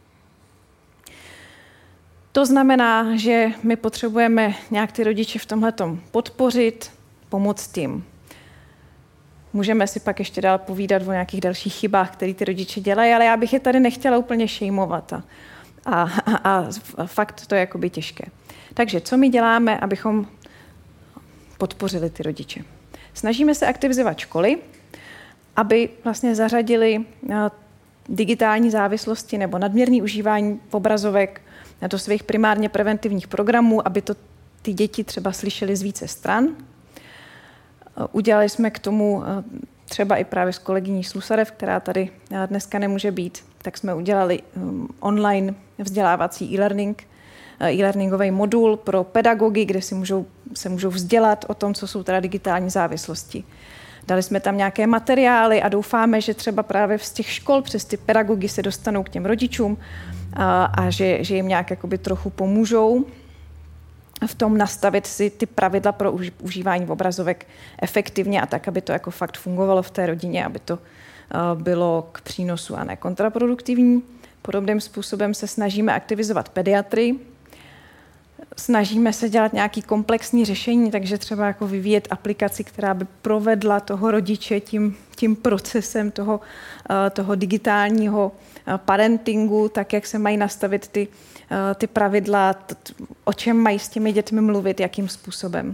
To znamená, že my potřebujeme nějak ty rodiče v tomhletom podpořit, pomoct jim. Můžeme si pak ještě dál povídat o nějakých dalších chybách, které ty rodiče dělají, ale já bych je tady nechtěla úplně šejmovat a, a, a, a fakt to je jakoby těžké. Takže co my děláme, abychom podpořili ty rodiče? Snažíme se aktivizovat školy, aby vlastně zařadili digitální závislosti nebo nadměrné užívání obrazovek do svých primárně preventivních programů, aby to ty děti třeba slyšely z více stran. Udělali jsme k tomu třeba i právě s kolegyní Slusarev, která tady dneska nemůže být, tak jsme udělali online vzdělávací e-learning, e-learningový modul pro pedagogy, kde si můžou, se můžou vzdělat o tom, co jsou teda digitální závislosti. Dali jsme tam nějaké materiály a doufáme, že třeba právě z těch škol přes ty pedagogy se dostanou k těm rodičům a, a že, že jim nějak jakoby trochu pomůžou v tom nastavit si ty pravidla pro užívání obrazovek efektivně a tak, aby to jako fakt fungovalo v té rodině, aby to bylo k přínosu a ne kontraproduktivní. Podobným způsobem se snažíme aktivizovat pediatry. Snažíme se dělat nějaký komplexní řešení, takže třeba jako vyvíjet aplikaci, která by provedla toho rodiče tím, tím procesem toho, toho digitálního parentingu, tak jak se mají nastavit ty, ty pravidla, o čem mají s těmi dětmi mluvit, jakým způsobem.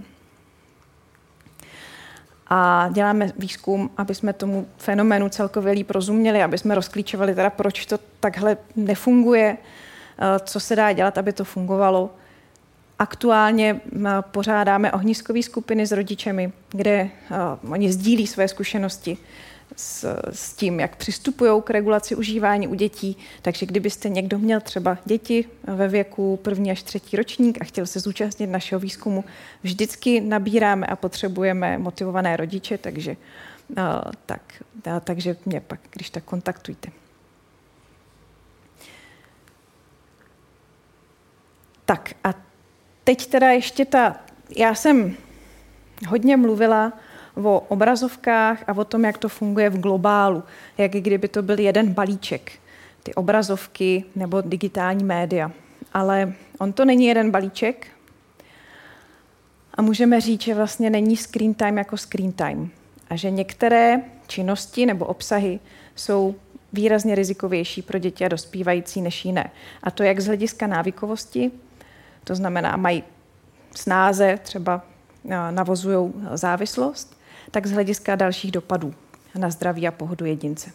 A děláme výzkum, aby jsme tomu fenoménu celkově líp rozuměli, aby jsme rozklíčovali teda, proč to takhle nefunguje, co se dá dělat, aby to fungovalo. Aktuálně pořádáme ohniskové skupiny s rodičemi, kde uh, oni sdílí své zkušenosti. s, s tím, jak přistupují k regulaci užívání u dětí. Takže kdybyste někdo měl třeba děti ve věku první až třetí ročník a chtěl se zúčastnit našeho výzkumu, vždycky nabíráme a potřebujeme motivované rodiče, takže, uh, tak, uh, takže mě pak, když tak kontaktujte. Tak a teď teda ještě ta, já jsem hodně mluvila o obrazovkách a o tom, jak to funguje v globálu, jak kdyby to byl jeden balíček, ty obrazovky nebo digitální média. Ale on to není jeden balíček a můžeme říct, že vlastně není screen time jako screen time a že některé činnosti nebo obsahy jsou výrazně rizikovější pro děti a dospívající než jiné. A to jak z hlediska návykovosti, to znamená, mají snáze, třeba navozují závislost, tak z hlediska dalších dopadů na zdraví a pohodu jedince.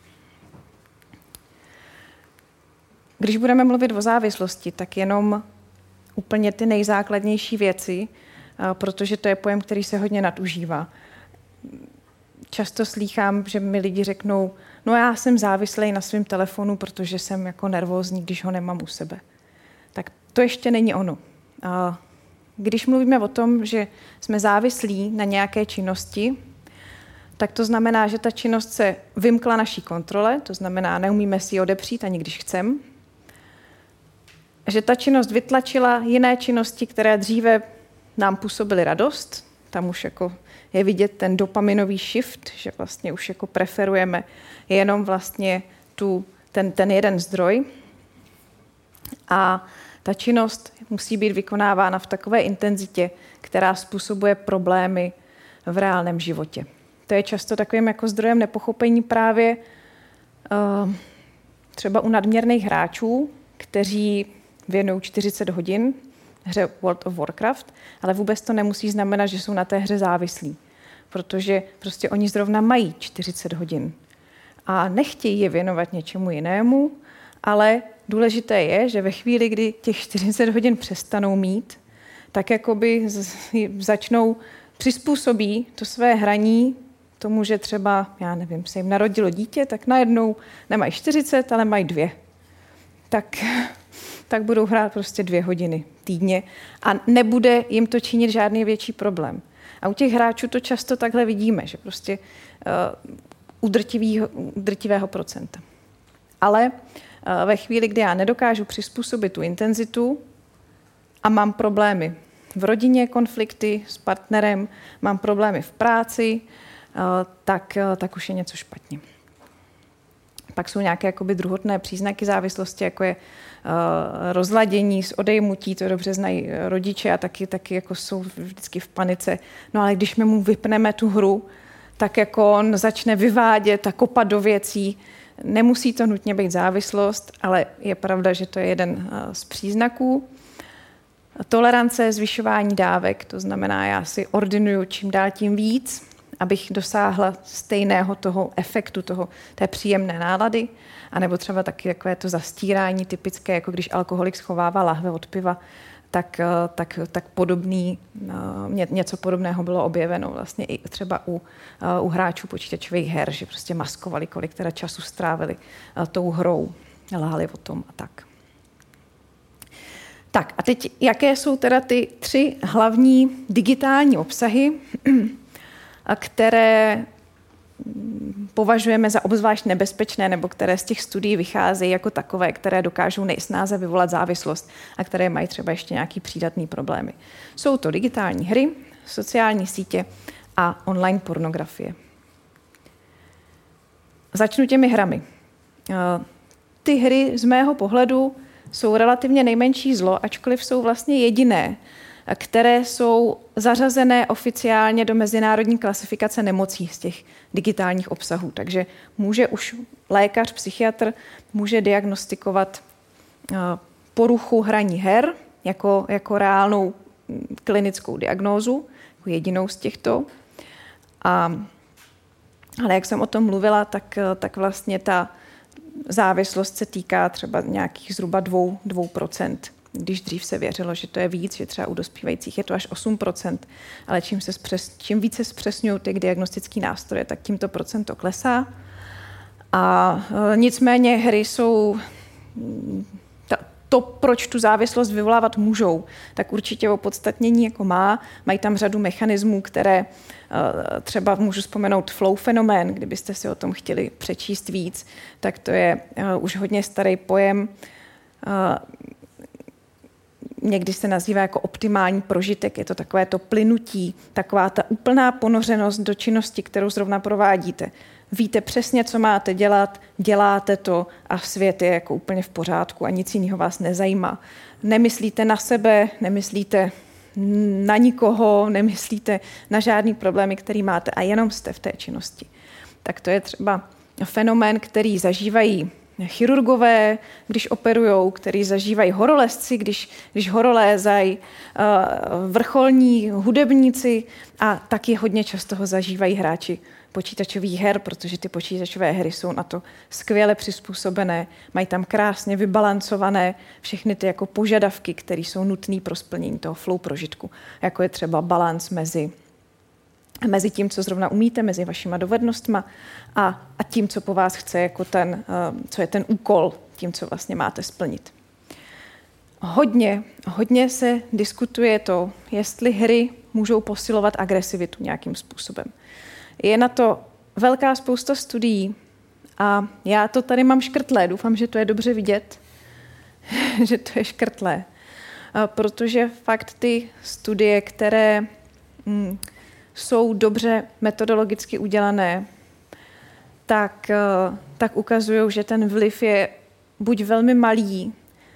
Když budeme mluvit o závislosti, tak jenom úplně ty nejzákladnější věci, protože to je pojem, který se hodně nadužívá. Často slýchám, že mi lidi řeknou, no já jsem závislý na svém telefonu, protože jsem jako nervózní, když ho nemám u sebe. Tak to ještě není ono. Když mluvíme o tom, že jsme závislí na nějaké činnosti, tak to znamená, že ta činnost se vymkla naší kontrole, to znamená, neumíme si ji odepřít, ani když chcem. Že ta činnost vytlačila jiné činnosti, které dříve nám působily radost. Tam už jako je vidět ten dopaminový shift, že vlastně už jako preferujeme jenom vlastně tu, ten, ten jeden zdroj. A ta činnost musí být vykonávána v takové intenzitě, která způsobuje problémy v reálném životě. To je často takovým jako zdrojem nepochopení právě uh, třeba u nadměrných hráčů, kteří věnují čtyřicet hodin hře World of Warcraft, ale vůbec to nemusí znamenat, že jsou na té hře závislí, protože prostě oni zrovna mají čtyřicet hodin a nechtějí je věnovat něčemu jinému, ale důležité je, že ve chvíli, kdy těch čtyřicet hodin přestanou mít, tak jakoby začnou přizpůsobí to své hraní tomu, že třeba, já nevím, se jim narodilo dítě, tak najednou nemají čtyřicet, ale mají dvě. Tak, tak budou hrát prostě dvě hodiny týdně a nebude jim to činit žádný větší problém. A u těch hráčů to často takhle vidíme, že prostě uh, u, drtivýho, u drtivého procenta. Ale uh, ve chvíli, kdy já nedokážu přizpůsobit tu intenzitu a mám problémy v rodině, konflikty s partnerem, mám problémy v práci, tak, tak už je něco špatně. Pak jsou nějaké jakoby druhotné příznaky závislosti, jako je uh, rozladění, odejmutí, to dobře znají rodiče a taky, taky jako jsou vždycky v panice. No ale když my mu vypneme tu hru, tak jako on začne vyvádět a kopat do věcí. Nemusí to nutně být závislost, ale je pravda, že to je jeden uh, z příznaků. Tolerance, zvyšování dávek, to znamená, já si ordinuju čím dál tím víc, abych dosáhla stejného toho efektu, toho, té příjemné nálady, anebo třeba taky takové to zastírání typické, jako když alkoholik schovává lahve od piva, tak, tak, tak podobný, něco podobného bylo objeveno vlastně i třeba u, u hráčů počítačových her, že prostě maskovali, kolik teda času strávili tou hrou, lhali o tom a tak. Tak a teď, jaké jsou teda ty tři hlavní digitální obsahy, které považujeme za obzvlášť nebezpečné nebo které z těch studií vycházejí jako takové, které dokážou nejsnáze vyvolat závislost a které mají třeba ještě nějaký přídatný problémy. Jsou to digitální hry, sociální sítě a online pornografie. Začnu těmi hrami. Ty hry z mého pohledu jsou relativně nejmenší zlo, ačkoliv jsou vlastně jediné, které jsou zařazené oficiálně do mezinárodní klasifikace nemocí z těch digitálních obsahů. Takže může už lékař, psychiatr může diagnostikovat poruchu hraní her jako, jako reálnou klinickou diagnózu, jako jedinou z těchto. A, ale jak jsem o tom mluvila, tak, tak vlastně ta závislost se týká třeba nějakých zhruba dvou procent když dřív se věřilo, že to je víc, že třeba u dospívajících je to až osm procent, ale čím, se zpřes, čím více zpřesňují ty diagnostické nástroje, tak tím to procento klesá. A e, nicméně hry jsou ta, to, proč tu závislost vyvolávat můžou, tak určitě opodstatnění jako má. Mají tam řadu mechanismů, které e, třeba můžu vzpomenout flow fenomén, kdybyste si o tom chtěli přečíst víc, tak to je e, už hodně starý pojem. E, Někdy se nazývá jako optimální prožitek, je to takové to plynutí, taková ta úplná ponořenost do činnosti, kterou zrovna provádíte. Víte přesně, co máte dělat, děláte to a svět je jako úplně v pořádku a nic jiného vás nezajímá. Nemyslíte na sebe, nemyslíte na nikoho, nemyslíte na žádný problémy, který máte a jenom jste v té činnosti. Tak to je třeba fenomén, který zažívají chirurgové, když operujou, který zažívají horolezci, když, když horolézají, vrcholní hudebníci a taky hodně často ho zažívají hráči počítačových her, protože ty počítačové hry jsou na to skvěle přizpůsobené, mají tam krásně vybalancované všechny ty jako požadavky, které jsou nutné pro splnění toho flow prožitku, jako je třeba balans mezi mezi tím, co zrovna umíte, mezi vašima dovednostma a, a tím, co po vás chce, jako ten, co je ten úkol, tím, co vlastně máte splnit. Hodně, hodně se diskutuje to, jestli hry můžou posilovat agresivitu nějakým způsobem. Je na to velká spousta studií a já to tady mám škrtlé, doufám, že to je dobře vidět, že to je škrtlé, protože fakt ty studie, které hm, jsou dobře metodologicky udělané, tak, tak ukazují, že ten vliv je buď velmi malý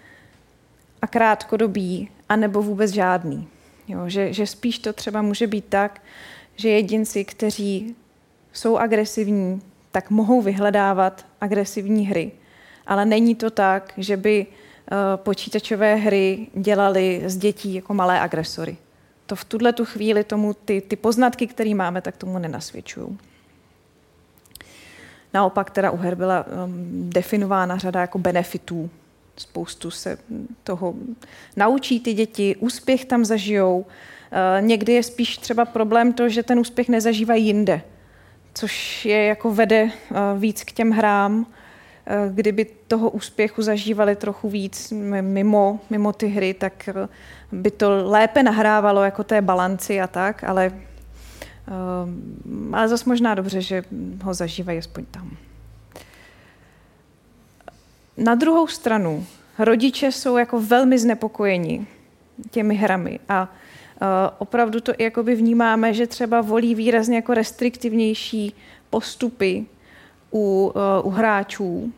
a krátkodobý, anebo vůbec žádný. Jo, že, že spíš to třeba může být tak, že jedinci, kteří jsou agresivní, tak mohou vyhledávat agresivní hry. Ale není to tak, že by uh, počítačové hry dělaly z dětí jako malé agresory. To v tuhle tu chvíli tomu ty, ty poznatky, které máme, tak tomu nenasvědčují. Naopak teda u her byla um, definována řada jako benefitů. Spoustu se toho naučí ty děti, úspěch tam zažijou. Uh, někdy je spíš třeba problém to, že ten úspěch nezažívají jinde, což je jako vede uh, víc k těm hrám. Uh, kdyby toho úspěchu zažívali trochu víc mimo, mimo ty hry, tak uh, by to lépe nahrávalo jako té balanci a tak, ale, uh, ale zase možná dobře, že ho zažívají aspoň tam. Na druhou stranu, rodiče jsou jako velmi znepokojeni těmi hrami a uh, opravdu to jakoby vnímáme, že třeba volí výrazně jako restriktivnější postupy u, uh, u hráčů.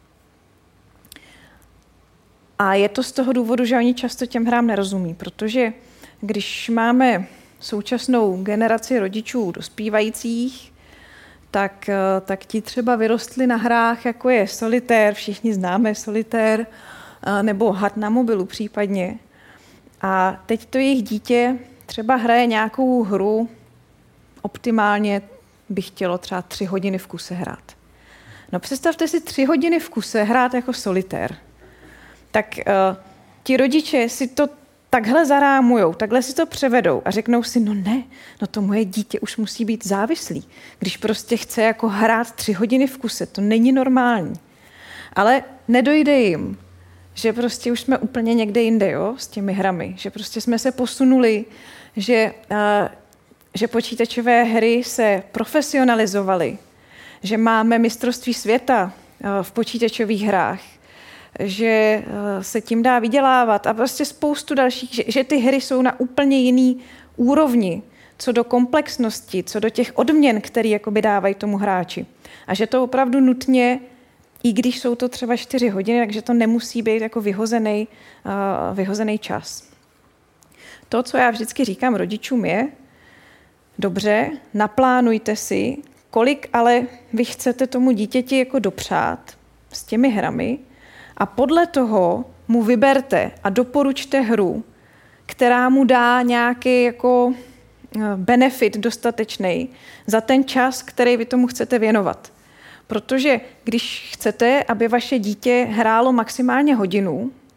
A je to z toho důvodu, že oni často těm hrám nerozumí, protože když máme současnou generaci rodičů dospívajících, tak, tak ti třeba vyrostli na hrách, jako je solitér, všichni známe solitér, nebo had na mobilu případně. A teď to jejich dítě třeba hraje nějakou hru, optimálně by chtělo třeba tři hodiny v kuse hrát. No představte si tři hodiny v kuse hrát jako solitér. Tak uh, ti rodiče si to takhle zarámujou, takhle si to převedou a řeknou si, no ne, no to moje dítě už musí být závislý, když prostě chce jako hrát tři hodiny v kuse, to není normální. Ale nedojde jim, že prostě už jsme úplně někde jinde, jo, s těmi hrami, že prostě jsme se posunuli, že, uh, že počítačové hry se profesionalizovaly, že máme mistrovství světa uh, v počítačových hrách, že se tím dá vydělávat a prostě spoustu dalších, že, že ty hry jsou na úplně jiný úrovni, co do komplexnosti, co do těch odměn, které jakoby dávají tomu hráči. A že to opravdu nutně, i když jsou to třeba čtyři hodiny, takže to nemusí být jako vyhozený, uh, vyhozený čas. To, co já vždycky říkám rodičům je, dobře, naplánujte si, kolik ale vy chcete tomu dítěti jako dopřát s těmi hrami, a podle toho mu vyberte a doporučte hru, která mu dá nějaký jako benefit dostatečný za ten čas, který vy tomu chcete věnovat. Protože když chcete, aby vaše dítě hrálo maximálně hodinu,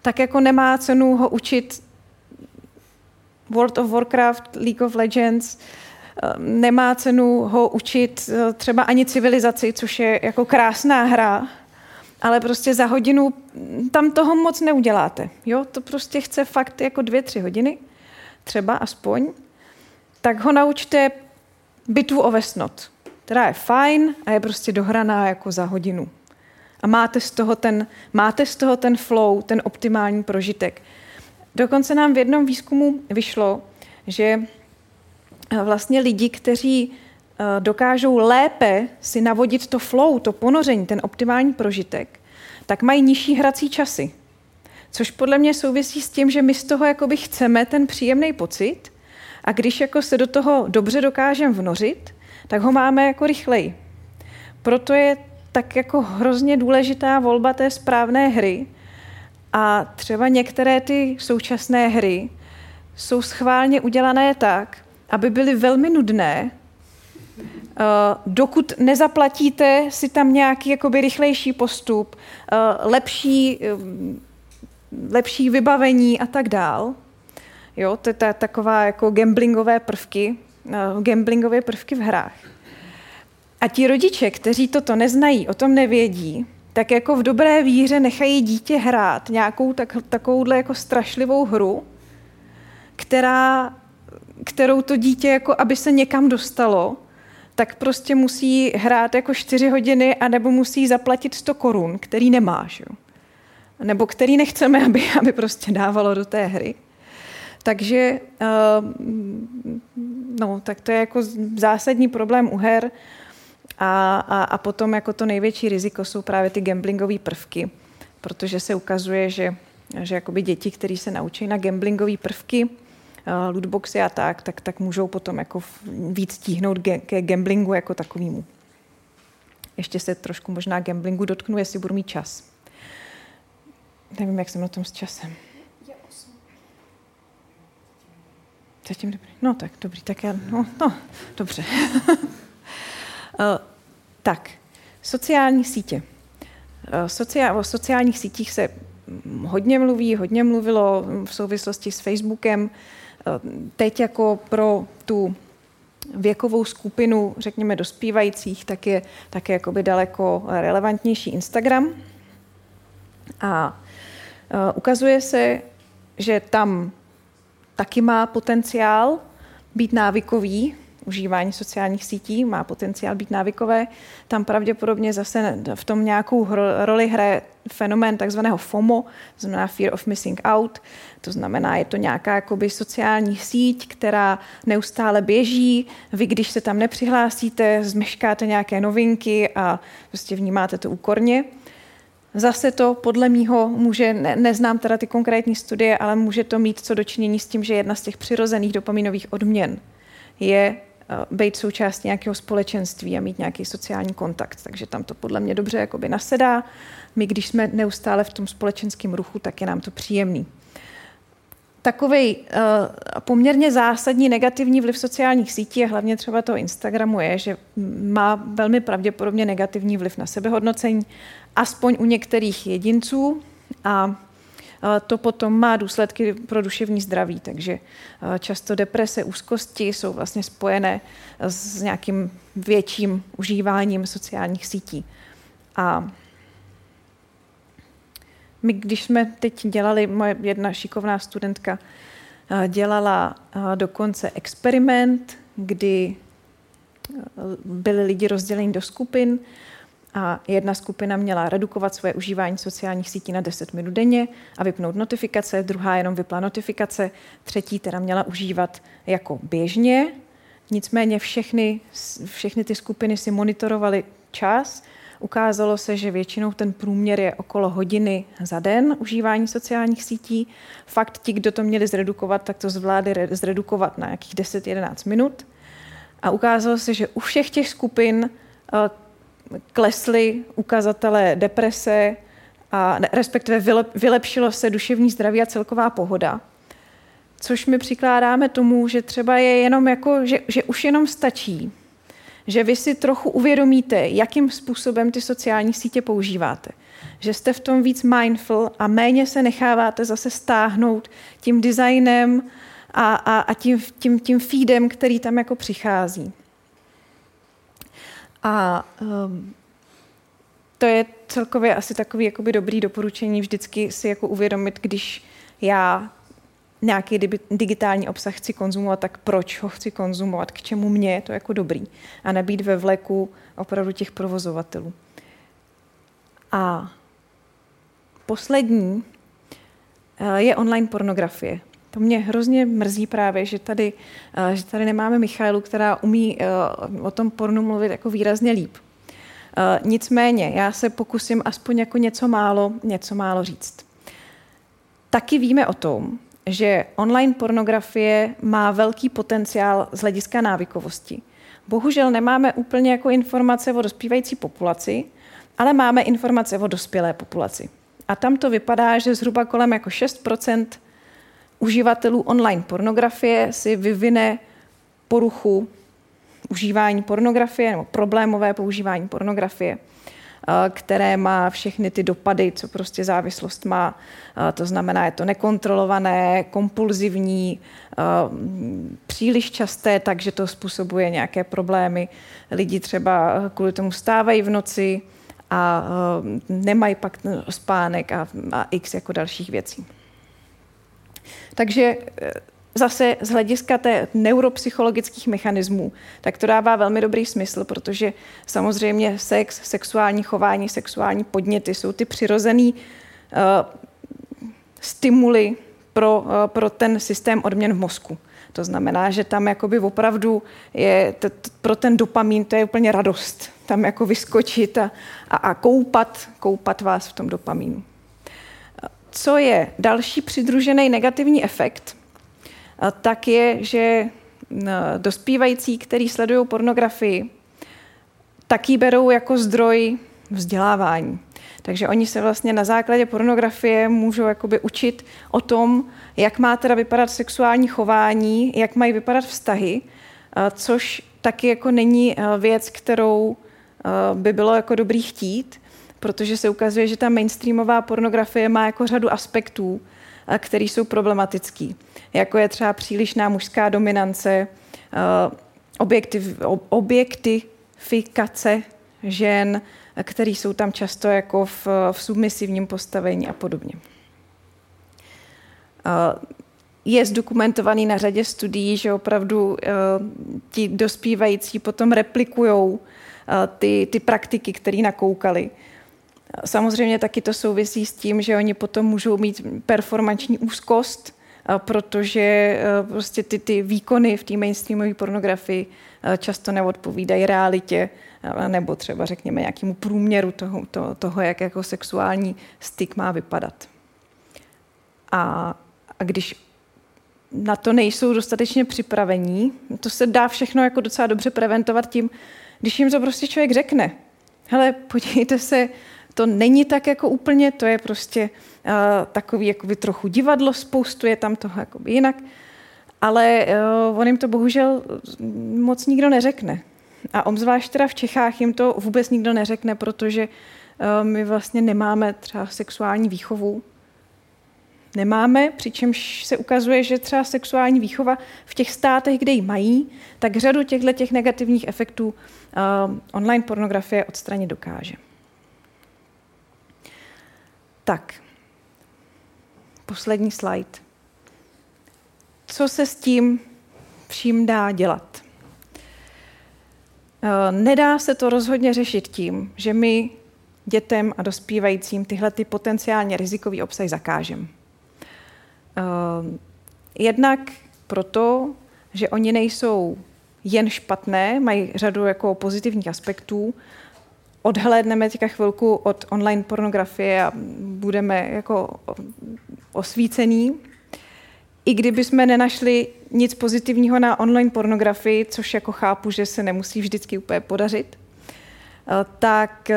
tak jako nemá cenu ho učit World of Warcraft, League of Legends, nemá cenu ho učit třeba ani civilizaci, což je jako krásná hra, ale prostě za hodinu tam toho moc neuděláte. Jo? To prostě chce fakt jako dvě, tři hodiny, třeba aspoň. Tak ho naučte bitvu o Vesnot, která je fajn a je prostě dohraná jako za hodinu. A máte z toho ten, máte z toho ten flow, ten optimální prožitek. Dokonce nám v jednom výzkumu vyšlo, že vlastně lidi, kteří dokážou lépe si navodit to flow, to ponoření, ten optimální prožitek, tak mají nižší hrací časy. Což podle mě souvisí s tím, že my z toho jakoby chceme ten příjemný pocit a když jako se do toho dobře dokážeme vnořit, tak ho máme jako rychleji. Proto je tak jako hrozně důležitá volba té správné hry a třeba některé ty současné hry jsou schválně udělané tak, aby byly velmi nudné, dokud nezaplatíte si tam nějaký jakoby rychlejší postup, lepší, lepší vybavení a tak dál. Jo, to je ta, taková jako gamblingové prvky, gamblingové prvky v hrách. A ti rodiče, kteří toto neznají, o tom nevědí, tak jako v dobré víře nechají dítě hrát nějakou tak, takovouhle jako strašlivou hru, která, kterou to dítě, jako aby se někam dostalo, tak prostě musí hrát jako čtyři hodiny anebo musí zaplatit sto korun, který nemáš. Jo? Nebo který nechceme, aby, aby prostě dávalo do té hry. Takže no, tak to je jako zásadní problém u her. A, a, a potom jako to největší riziko jsou právě ty gamblingové prvky, protože se ukazuje, že, že jakoby děti, které se naučí na gamblingové prvky, lootboxy a tak, tak, tak můžou potom jako víc tíhnout ke, ke gamblingu jako takovému. Ještě se trošku možná gamblingu dotknu, jestli budu mít čas. Nevím, jak jsem na tom s časem. Zatím dobrý. No tak, dobrý, tak já, no, no dobře. Uh, tak, sociální sítě. Uh, sociál, o sociálních sítích se hodně mluví, hodně mluvilo v souvislosti s Facebookem. Uh, teď jako pro tu věkovou skupinu, řekněme, dospívajících, tak je také jakoby daleko relevantnější Instagram. A uh, ukazuje se, že tam taky má potenciál být návykový, užívání sociálních sítí, má potenciál být návykové. Tam pravděpodobně zase v tom nějakou roli hraje fenomén takzvaného FOMO, to znamená Fear of Missing Out. To znamená, je to nějaká jakoby sociální síť, která neustále běží. Vy, když se tam nepřihlásíte, zmeškáte nějaké novinky a prostě vnímáte to úkorně. Zase to podle mýho může, ne, neznám teda ty konkrétní studie, ale může to mít co dočinění s tím, že jedna z těch přirozených dopaminových odměn je být součástí nějakého společenství a mít nějaký sociální kontakt. Takže tam to podle mě dobře jakoby nasedá. My, když jsme neustále v tom společenském ruchu, tak je nám to příjemný. Takovej uh, poměrně zásadní negativní vliv sociálních sítí a hlavně třeba toho Instagramu je, že má velmi pravděpodobně negativní vliv na sebehodnocení, aspoň u některých jedinců a to potom má důsledky pro duševní zdraví, takže často deprese, úzkosti jsou vlastně spojené s nějakým větším užíváním sociálních sítí. A my, když jsme teď dělali, moje jedna šikovná studentka dělala dokonce experiment, kdy byli lidi rozděleni do skupin, a jedna skupina měla redukovat svoje užívání sociálních sítí na deset minut denně a vypnout notifikace, druhá jenom vypla notifikace, třetí teda měla užívat jako běžně. Nicméně všechny, všechny ty skupiny si monitorovaly čas. Ukázalo se, že většinou ten průměr je okolo hodiny za den užívání sociálních sítí. Fakt ti, kdo to měli zredukovat, tak to zvládli zredukovat na nějakých deset jedenáct minut. A ukázalo se, že u všech těch skupin klesly ukazatele deprese a respektive vylepšilo se duševní zdraví a celková pohoda. Což my přikládáme tomu, že třeba je jenom jako, že, že už jenom stačí, že vy si trochu uvědomíte, jakým způsobem ty sociální sítě používáte. že jste v tom víc mindful a méně se necháváte zase stáhnout tím designem a, a, a tím, tím, tím feedem, který tam jako přichází. A um, to je celkově asi takový jakoby dobrý doporučení vždycky si jako uvědomit, když já nějaký digitální obsah chci konzumovat, tak proč ho chci konzumovat, k čemu mě je to jako dobrý a nebýt ve vleku opravdu těch provozovatelů. A poslední je online pornografie. To mě hrozně mrzí právě, že tady, že tady nemáme Michailu, která umí o tom pornu mluvit jako výrazně líp. Nicméně, já se pokusím aspoň jako něco málo, něco málo říct. Taky víme o tom, že online pornografie má velký potenciál z hlediska návykovosti. Bohužel nemáme úplně jako informace o dospívající populaci, ale máme informace o dospělé populaci. A tam to vypadá, že zhruba kolem jako šest procent uživatelů online pornografie si vyvine poruchu užívání pornografie nebo problémové používání pornografie, které má všechny ty dopady, co prostě závislost má. To znamená, je to nekontrolované, kompulzivní, příliš časté, takže to způsobuje nějaké problémy. Lidi třeba kvůli tomu stávají v noci a nemají pak spánek a, a x jako dalších věcí. Takže zase z hlediska té neuropsychologických mechanismů, tak to dává velmi dobrý smysl, protože samozřejmě sex, sexuální chování, sexuální podněty jsou ty přirozený uh, stimuly pro, uh, pro ten systém odměn v mozku. To znamená, že tam jakoby opravdu je t- t- pro ten dopamin to je úplně radost. Tam jako vyskočit a, a, a koupat, koupat vás v tom dopamínu. Co je další přidružený negativní efekt, tak je, že dospívající, kteří sledují pornografii, taky berou jako zdroj vzdělávání. Takže oni se vlastně na základě pornografie můžou jakoby učit o tom, jak má teda vypadat sexuální chování, jak mají vypadat vztahy, což taky jako není věc, kterou by bylo jako dobrý chtít, protože se ukazuje, že ta mainstreamová pornografie má jako řadu aspektů, které jsou problematický, jako je třeba přílišná mužská dominance, objektiv, objektifikace žen, které jsou tam často jako v, v submisivním postavení a podobně. Je zdokumentovaný na řadě studií, že opravdu ti dospívající potom replikujou ty, ty praktiky, které nakoukali. Samozřejmě taky to souvisí s tím, že oni potom můžou mít performanční úzkost, protože prostě ty, ty výkony v té mainstreamové pornografii často neodpovídají realitě nebo třeba řekněme nějakému průměru toho, toho, toho jak jako sexuální styk má vypadat. A, a když na to nejsou dostatečně připravení, to se dá všechno jako docela dobře preventovat tím, když jim to prostě člověk řekne. Hele, podívejte se, to není tak jako úplně, to je prostě uh, takový jakoby trochu divadlo, spoustu je tam toho jakoby jinak, ale uh, on jim to bohužel moc nikdo neřekne. A obzvlášť teda v Čechách jim to vůbec nikdo neřekne, protože uh, my vlastně nemáme třeba sexuální výchovu. Nemáme, přičemž se ukazuje, že třeba sexuální výchova v těch státech, kde ji mají, tak řadu těchto těch negativních efektů uh, online pornografie odstranit dokáže. Tak, poslední slide. Co se s tím vším dá dělat? Nedá se to rozhodně řešit tím, že my dětem a dospívajícím tyhle ty potenciálně rizikový obsah zakážeme. Jednak proto, že oni nejsou jen špatné, mají řadu jako pozitivních aspektů. Odhlédneme teďka chvilku od online pornografie a budeme jako osvícení. I kdyby jsme nenašli nic pozitivního na online pornografii, což jako chápu, že se nemusí vždycky úplně podařit, tak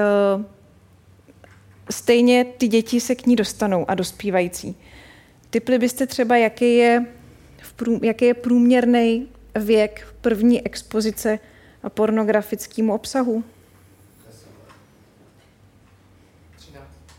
stejně ty děti se k ní dostanou a dospívající. Tipli byste třeba, jaký je, jaký je průměrný věk první expozice pornografickému obsahu?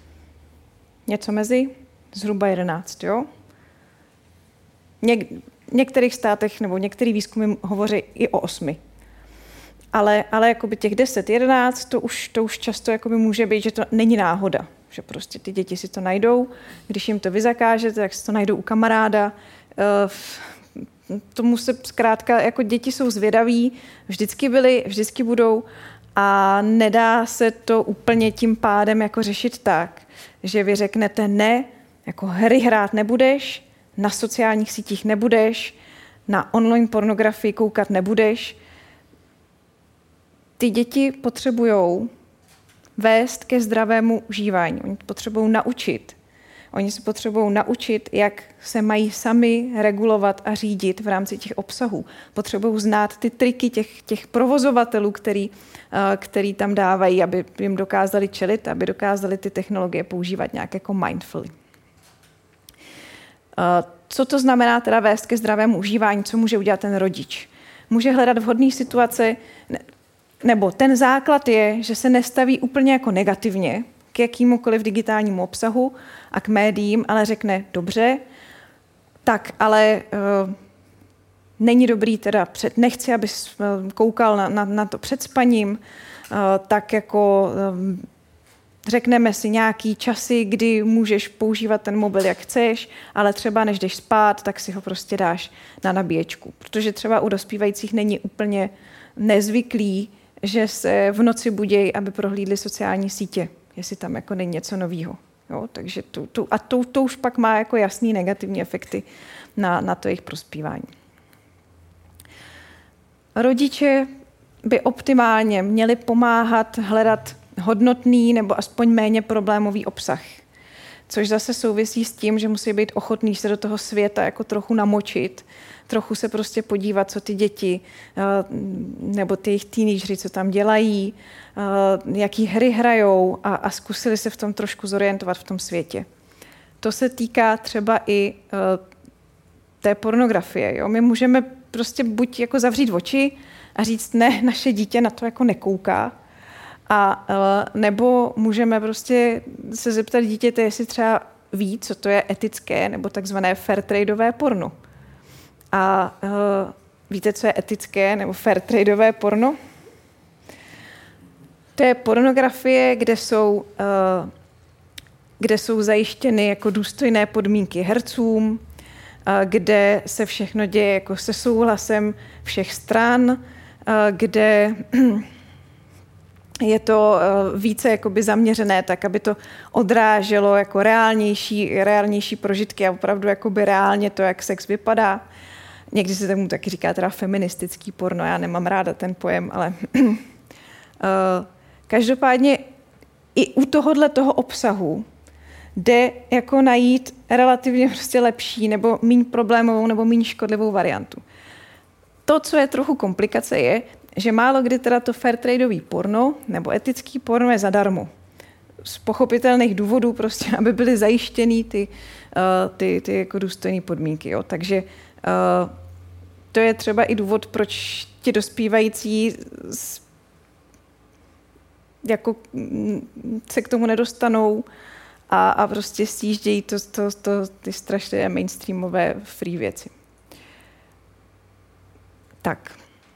něco mezi zhruba jedenáct, jo? Něk, v některých státech nebo některý výzkumy hovoří i o osmi. Ale, ale jakoby těch deset, jedenáct, to už, to už často jakoby může být, že to není náhoda. Že prostě ty děti si to najdou, když jim to vy zakážete, tak si to najdou u kamaráda. Tomu se zkrátka, jako děti jsou zvědaví, vždycky byly, vždycky budou a nedá se to úplně tím pádem jako řešit tak, že vy řeknete ne, jako hry hrát nebudeš, na sociálních sítích nebudeš, na online pornografii koukat nebudeš. Ty děti potřebujou vést ke zdravému užívání. Oni potřebují naučit. Oni se potřebují naučit, jak se mají sami regulovat a řídit v rámci těch obsahů. Potřebují znát ty triky těch, těch provozovatelů, který, který tam dávají, aby jim dokázali čelit, aby dokázali ty technologie používat nějak jako mindfully. Co to znamená teda vést ke zdravému užívání? Co může udělat ten rodič? Může hledat vhodné situace, nebo ten základ je, že se nestaví úplně jako negativně k jakýmukoliv digitálnímu obsahu a k médiím, ale řekne dobře, tak ale uh, není dobrý teda, před, nechci, abys koukal na, na, na to před spaním, uh, tak jako um, řekneme si nějaký časy, kdy můžeš používat ten mobil, jak chceš, ale třeba než jdeš spát, tak si ho prostě dáš na nabíječku. Protože třeba u dospívajících není úplně nezvyklý, že se v noci budějí, aby prohlídli sociální sítě, jestli tam jako není něco novýho. Jo, takže tu, tu, a to, to už pak má jako jasný negativní efekty na, na to jejich prospívání. Rodiče by optimálně měli pomáhat hledat hodnotný nebo aspoň méně problémový obsah. Což zase souvisí s tím, že musí být ochotný se do toho světa jako trochu namočit, trochu se prostě podívat, co ty děti nebo ty jejich teenageři, co tam dělají, jaký hry hrajou a, a zkusili se v tom trošku zorientovat v tom světě. To se týká třeba i té pornografie. Jo? My můžeme prostě buď jako zavřít oči a říct, ne, naše dítě na to jako nekouká, a nebo můžeme prostě se zeptat dítěte, jestli třeba ví, co to je etické nebo takzvané fairtradeové porno. A uh, víte, co je etické nebo fairtradeové porno? To je pornografie, kde jsou, uh, kde jsou zajištěny jako důstojné podmínky hercům, uh, kde se všechno děje jako se souhlasem všech stran, uh, kde je to více jakoby zaměřené tak, aby to odráželo jako reálnější, reálnější prožitky a opravdu jakoby reálně to, jak sex vypadá. Někdy se tomu taky říká teda feministický porno, já nemám ráda ten pojem, ale uh, každopádně i u tohohle toho obsahu jde jako najít relativně prostě lepší nebo míň problémovou nebo míň škodlivou variantu. To, co je trochu komplikace, je, že málo kdy teda to fairtradeový porno nebo etický porno je zadarmo. Z pochopitelných důvodů prostě, aby byly zajištěný ty, uh, ty, ty jako důstojné podmínky. Jo. Takže uh, to je třeba i důvod, proč ti dospívající z, jako se k tomu nedostanou a, a prostě sjíždějí to, to, to, ty strašné mainstreamové free věci. Tak.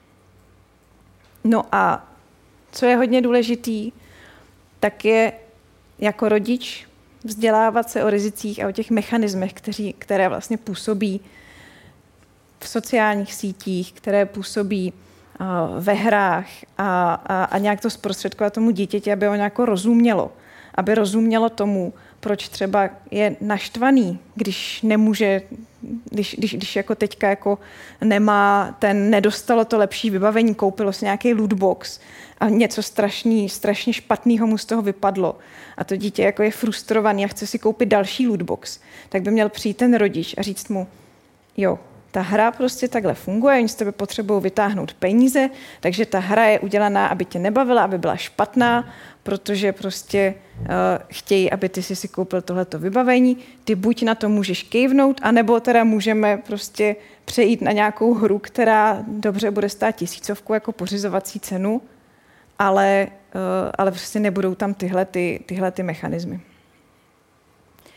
No a co je hodně důležitý, tak je jako rodič vzdělávat se o rizicích a o těch mechanismech, kteří, které vlastně působí v sociálních sítích, které působí uh, ve hrách a, a, a nějak to zprostředkovat tomu dítěti, aby ho nějak rozumělo. Aby rozumělo tomu, proč třeba je naštvaný, když nemůže, když, když, když jako teďka jako nemá ten, nedostalo to lepší vybavení, koupilo si nějaký lootbox a něco strašný, strašně špatného mu z toho vypadlo a to dítě jako je frustrovaný a chce si koupit další lootbox, tak by měl přijít ten rodič a říct mu, jo, ta hra prostě takhle funguje, oni z tebe potřebují vytáhnout peníze, takže ta hra je udělaná, aby tě nebavila, aby byla špatná, protože prostě uh, chtějí, aby ty si si koupil tohleto vybavení. Ty buď na to můžeš kejvnout, anebo teda můžeme prostě přejít na nějakou hru, která dobře bude stát tisícovku jako pořizovací cenu, ale, uh, ale prostě nebudou tam tyhle, ty, tyhle ty mechanismy.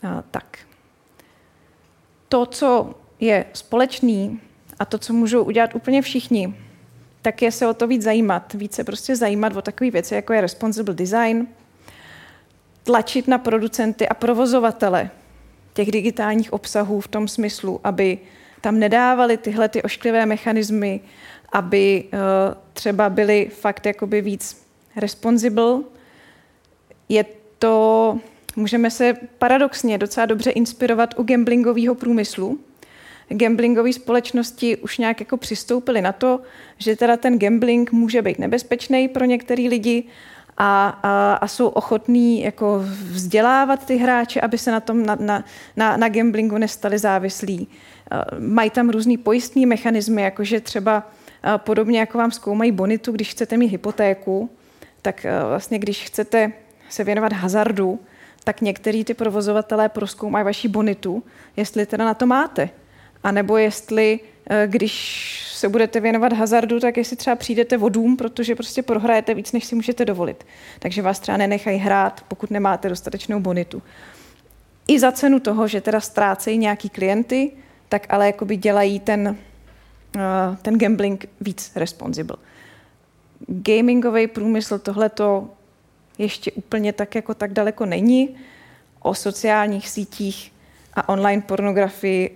A, tak. To, co je společný a to, co můžou udělat úplně všichni, tak je se o to víc zajímat. Víc se prostě zajímat o takové věci, jako je responsible design, tlačit na producenty a provozovatele těch digitálních obsahů v tom smyslu, aby tam nedávali tyhle ty ošklivé mechanismy, aby uh, třeba byly fakt jakoby víc responsible. Je to, můžeme se paradoxně docela dobře inspirovat u gamblingového průmyslu. Gamblingové společnosti už nějak jako přistoupily na to, že teda ten gambling může být nebezpečný pro některé lidi a, a, a jsou ochotní jako vzdělávat ty hráče, aby se na tom na, na, na, na gamblingu nestali závislí. Mají tam různý pojistný mechanismy, jakože třeba podobně jako vám zkoumají bonitu, když chcete mít hypotéku, tak vlastně když chcete se věnovat hazardu, tak některý ty provozovatelé prozkoumají vaši bonitu, jestli teda na to máte. A nebo jestli, když se budete věnovat hazardu, tak jestli třeba přijdete o dům, protože prostě prohrajete víc, než si můžete dovolit. Takže vás třeba nenechají hrát, pokud nemáte dostatečnou bonitu. I za cenu toho, že teda ztrácejí nějaký klienty, tak ale jakoby dělají ten, ten gambling víc responsible. Gamingový průmysl tohleto ještě úplně tak jako tak daleko není. O sociálních sítích a online pornografii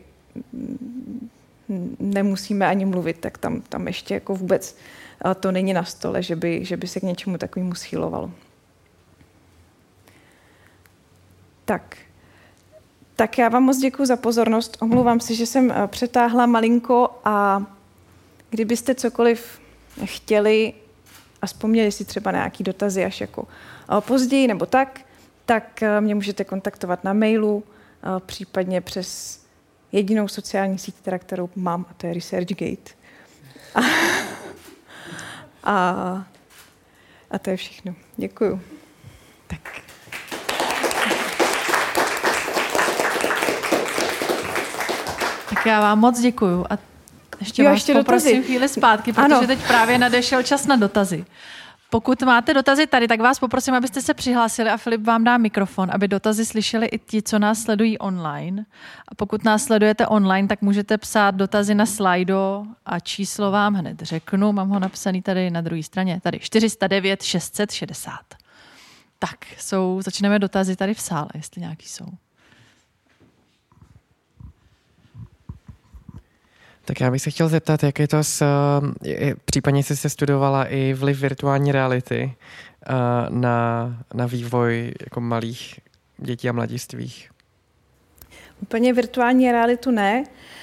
nemusíme ani mluvit, tak tam, tam ještě jako vůbec to není na stole, že by, že by se k něčemu takovému schylovalo. Tak. Tak já vám moc děkuji za pozornost. Omlouvám se, že jsem přetáhla malinko a kdybyste cokoliv chtěli a vzpomněli si třeba nějaký dotazy až jako později nebo tak, tak mě můžete kontaktovat na mailu, případně přes jedinou sociální síť, teda, kterou mám, a to je ResearchGate. A, a, a to je všechno. Děkuju. Tak. Tak já vám moc děkuju a ještě jo, vás ještě poprosím dotazy. chvíli zpátky, protože ano. Teď právě nadešel čas na dotazy. Pokud máte dotazy tady, tak vás poprosím, abyste se přihlásili a Filip vám dá mikrofon, aby dotazy slyšeli i ti, co nás sledují online. A pokud nás sledujete online, tak můžete psát dotazy na Slido a číslo vám hned řeknu. Mám ho napsaný tady na druhé straně. Tady čtyři sta devět šest set šedesát. Tak, jsou, začneme dotazy tady v sále, jestli nějaký jsou. Tak já bych se chtěl zeptat, jak je to s, případně jsi se studovala i vliv virtuální reality na, na vývoj jako malých dětí a mladistvých? Úplně virtuální realitu ne.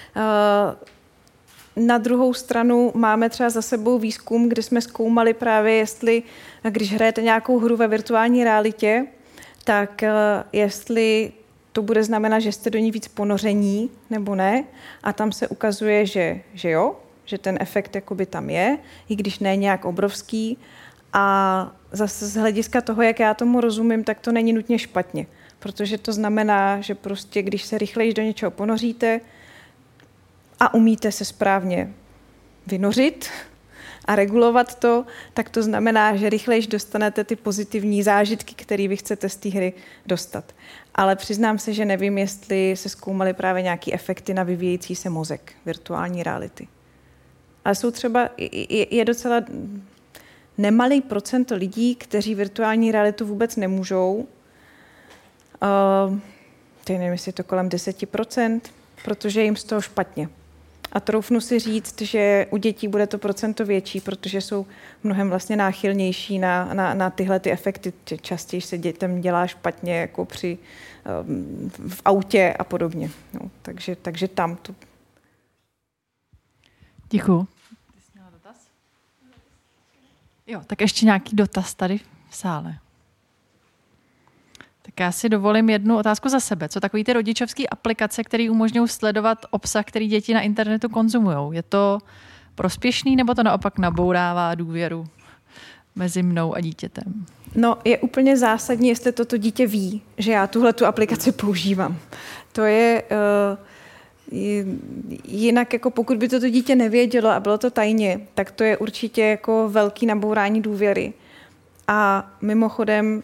Na druhou stranu máme třeba za sebou výzkum, kde jsme zkoumali právě, jestli, když hrajete nějakou hru ve virtuální realitě, tak jestli to bude znamenat, že jste do ní víc ponoření, nebo ne. A tam se ukazuje, že, že jo, že ten efekt jakoby tam je, i když ne nějak obrovský. A zase z hlediska toho, jak já tomu rozumím, tak to není nutně špatně. Protože to znamená, že prostě, když se rychleji do něčeho ponoříte a umíte se správně vynořit a regulovat to, tak to znamená, že rychleji dostanete ty pozitivní zážitky, které vy chcete z té hry dostat. Ale přiznám se, že nevím, jestli se zkoumaly právě nějaké efekty na vyvíjející se mozek virtuální reality. Ale jsou třeba, je, je docela nemalý procent lidí, kteří virtuální realitu vůbec nemůžou. Uh, teď nevím, jestli je to kolem deset procent, protože je jim z toho špatně. A troufnu si říct, že u dětí bude to procento větší, protože jsou mnohem vlastně náchylnější na, na, na tyhle ty efekty. Častěji se dětem dělá špatně jako při, um, v autě a podobně. No, takže, takže tam to. Děkuju. Ty jsi měla dotaz? Jo, tak ještě nějaký dotaz tady v sále. Tak já si dovolím jednu otázku za sebe. Co takový ty rodičovské aplikace, které umožňují sledovat obsah, který děti na internetu konzumují? Je to prospěšný, nebo to naopak nabourává důvěru mezi mnou a dítětem? No, je úplně zásadní, jestli toto dítě ví, že já tuhle tu aplikaci používám. To je uh, jinak, jako pokud by toto dítě nevědělo a bylo to tajně, tak to je určitě jako velký nabourání důvěry. A mimochodem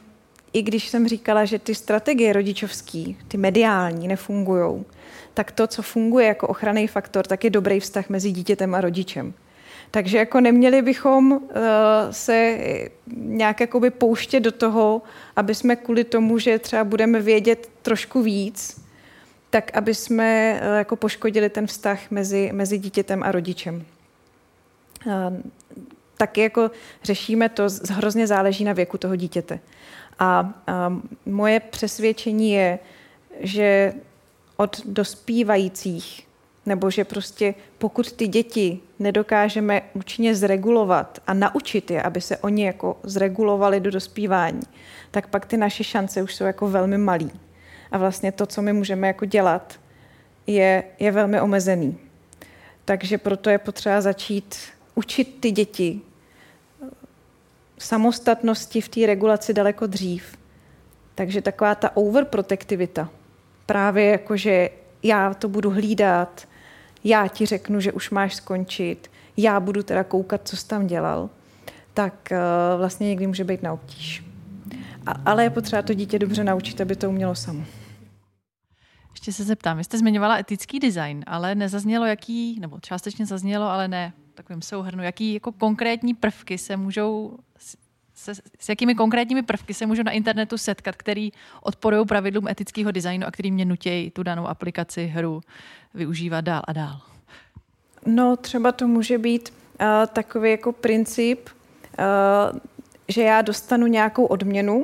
i když jsem říkala, že ty strategie rodičovský, ty mediální, nefungujou, tak to, co funguje jako ochranný faktor, tak je dobrý vztah mezi dítětem a rodičem. Takže jako neměli bychom uh, se nějak jakoby pouštět do toho, aby jsme kvůli tomu, že třeba budeme vědět trošku víc, tak aby jsme uh, jako poškodili ten vztah mezi, mezi dítětem a rodičem. Uh, taky jako řešíme to, hrozně záleží na věku toho dítěte. A, a moje přesvědčení je, že od dospívajících, nebo že prostě pokud ty děti nedokážeme účinně zregulovat a naučit je, aby se oni jako zregulovali do dospívání, tak pak ty naše šance už jsou jako velmi malý. A vlastně to, co my můžeme jako dělat, je, je velmi omezený. Takže proto je potřeba začít učit ty děti samostatnosti v té regulaci daleko dřív. Takže taková ta overprotektivita, právě jako, že já to budu hlídat, já ti řeknu, že už máš skončit, já budu teda koukat, co jsi tam dělal, tak uh, vlastně někdy může být na obtíž. A, ale je potřeba to dítě dobře naučit, aby to umělo samo. Ještě se zeptám, vy jste zmiňovala etický design, ale nezaznělo jaký, nebo částečně zaznělo, ale ne v takovém souhrnu, jaký jako konkrétní prvky se můžou, se, s jakými konkrétními prvky se můžou na internetu setkat, který odporují pravidlům etického designu a který mě nutějí tu danou aplikaci, hru využívat dál a dál. No třeba to může být uh, takový jako princip, uh, že já dostanu nějakou odměnu,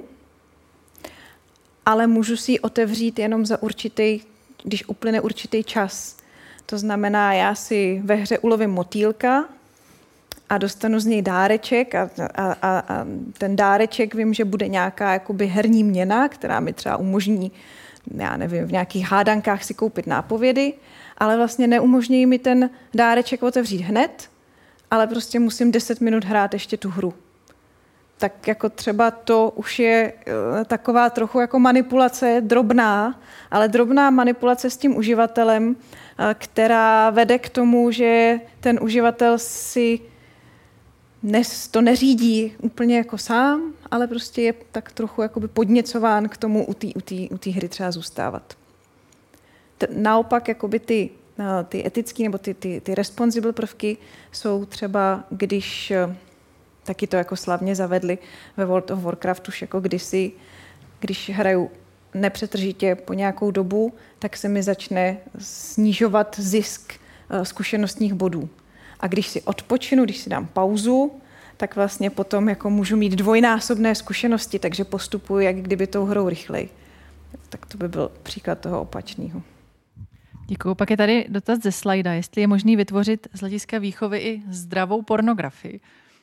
ale můžu si ji otevřít jenom za určitý, když uplyne určitý čas. To znamená, já si ve hře ulovím motýlka a dostanu z něj dáreček a, a, a, a ten dáreček vím, že bude nějaká jakoby herní měna, která mi třeba umožní, já nevím, v nějakých hádankách si koupit nápovědy, ale vlastně neumožní mi ten dáreček otevřít hned, ale prostě musím deset minut hrát ještě tu hru. Tak jako třeba to už je taková trochu jako manipulace drobná, ale drobná manipulace s tím uživatelem, která vede k tomu, že ten uživatel si to neřídí úplně jako sám, ale prostě je tak trochu jakoby podněcován k tomu u té u té, u té hry třeba zůstávat. Naopak jakoby ty, ty etické nebo ty, ty, ty responsible prvky jsou třeba, když taky to jako slavně zavedli ve World of Warcraft už jako kdysi, když hraju nepřetržitě po nějakou dobu, tak se mi začne snižovat zisk zkušenostních bodů. A když si odpočinu, když si dám pauzu, tak vlastně potom jako můžu mít dvojnásobné zkušenosti, takže postupuji, jak kdyby tou hrou rychleji. Tak to by byl příklad toho opačného. Děkuju. Pak je tady dotaz ze slajda, jestli je možný vytvořit z hlediska výchovy i zdravou pornografii.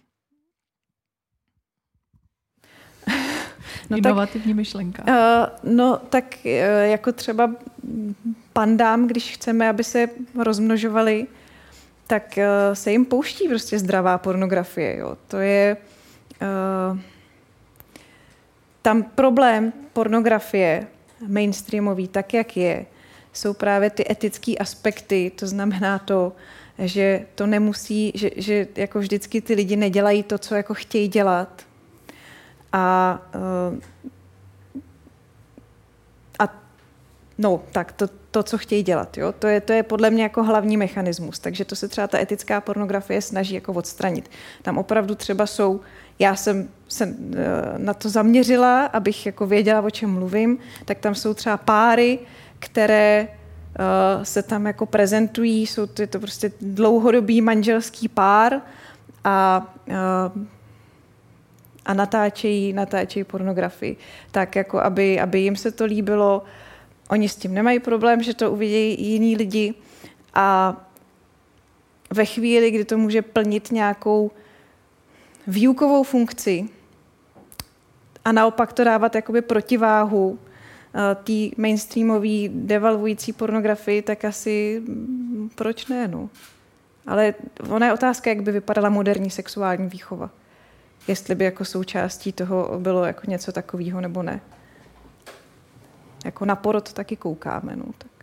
No inovativní tak, myšlenka. Uh, no tak uh, jako třeba pandám, když chceme, aby se rozmnožovali, tak uh, se jim pouští prostě zdravá pornografie. Jo. To je uh, tam problém pornografie mainstreamový, tak jak je, jsou právě ty etické aspekty, to znamená to, že to nemusí, že, že jako vždycky ty lidi nedělají to, co jako chtějí dělat. A, a no, tak to, to, co chtějí dělat, jo? To je, to je podle mě jako hlavní mechanismus, takže to se třeba ta etická pornografie snaží jako odstranit. Tam opravdu třeba jsou, já jsem se na to zaměřila, abych jako věděla, o čem mluvím, tak tam jsou třeba páry, které uh, se tam jako prezentují, jsou to, je to prostě dlouhodobý manželský pár a uh, a natáčejí, natáčejí pornografii. Tak jako, aby, aby jim se to líbilo, oni s tím nemají problém, že to uvidějí jiní lidi a ve chvíli, kdy to může plnit nějakou výukovou funkci a naopak to dávat jakoby protiváhu té mainstreamové devalvující pornografii, tak asi proč ne, no. Ale ona je otázka, jak by vypadala moderní sexuální výchova. Jestli by jako součástí toho bylo jako něco takového nebo ne. Jako na porod taky koukáme. No, tak.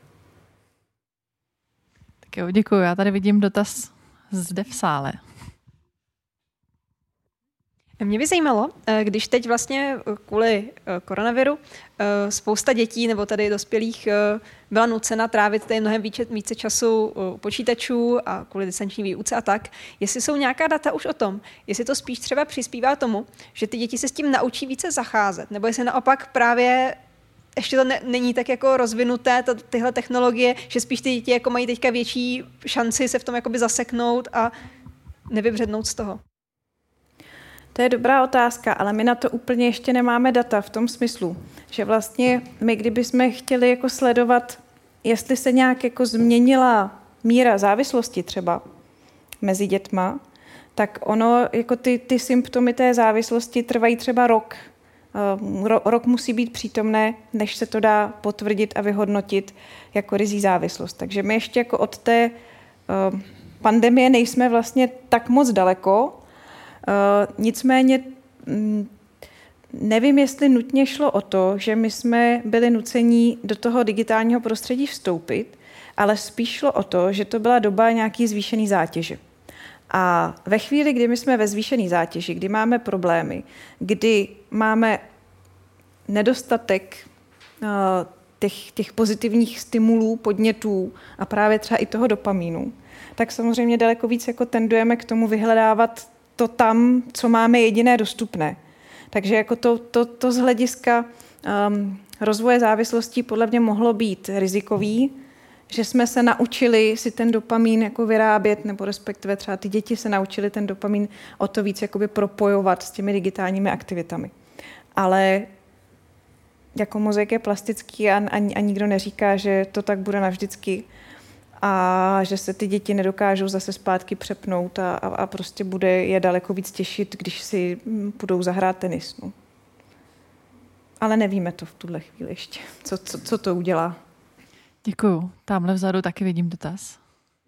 tak jo, děkuji. Já tady vidím dotaz zde v sále. Mě by zajímalo, když teď vlastně kvůli koronaviru spousta dětí nebo tady dospělých byla nucena trávit tady mnohem více, více času u počítačů a kvůli distanční výuce a tak, jestli jsou nějaká data už o tom, jestli to spíš třeba přispívá tomu, že ty děti se s tím naučí více zacházet, nebo jestli naopak právě ještě to ne, není tak jako rozvinuté, to, tyhle technologie, že spíš ty děti jako mají teďka větší šanci se v tom jakoby zaseknout a nevybřednout z toho. To je dobrá otázka, ale my na to úplně ještě nemáme data v tom smyslu, že vlastně my, kdybychom chtěli jako sledovat, jestli se nějak jako změnila míra závislosti třeba mezi dětma, tak ono, jako ty, ty symptomy té závislosti trvají třeba rok. Ro, rok musí být přítomné, než se to dá potvrdit a vyhodnotit jako rizí závislost. Takže my ještě jako od té uh, pandemie nejsme vlastně tak moc daleko. Uh, nicméně m, nevím, jestli nutně šlo o to, že my jsme byli nuceni do toho digitálního prostředí vstoupit, ale spíš šlo o to, že to byla doba nějaký zvýšený zátěže. A ve chvíli, kdy my jsme ve zvýšený zátěži, kdy máme problémy, kdy máme nedostatek uh, těch, těch pozitivních stimulů, podnětů a právě třeba i toho dopamínu, tak samozřejmě daleko víc jako tendujeme k tomu vyhledávat to tam, co máme jediné dostupné. Takže jako to, to, to z hlediska um, rozvoje závislostí podle mě mohlo být rizikový, že jsme se naučili si ten dopamín jako vyrábět, nebo respektive třeba ty děti se naučili ten dopamín o to víc jakoby propojovat s těmi digitálními aktivitami. Ale jako mozek je plastický a, a, a nikdo neříká, že to tak bude navždycky a že se ty děti nedokážou zase zpátky přepnout a, a, a prostě bude je daleko víc těšit, když si budou zahrát tenis. No. Ale nevíme to v tuhle chvíli ještě, co, co, co to udělá. Děkuju. Tamhle vzadu taky vidím dotaz.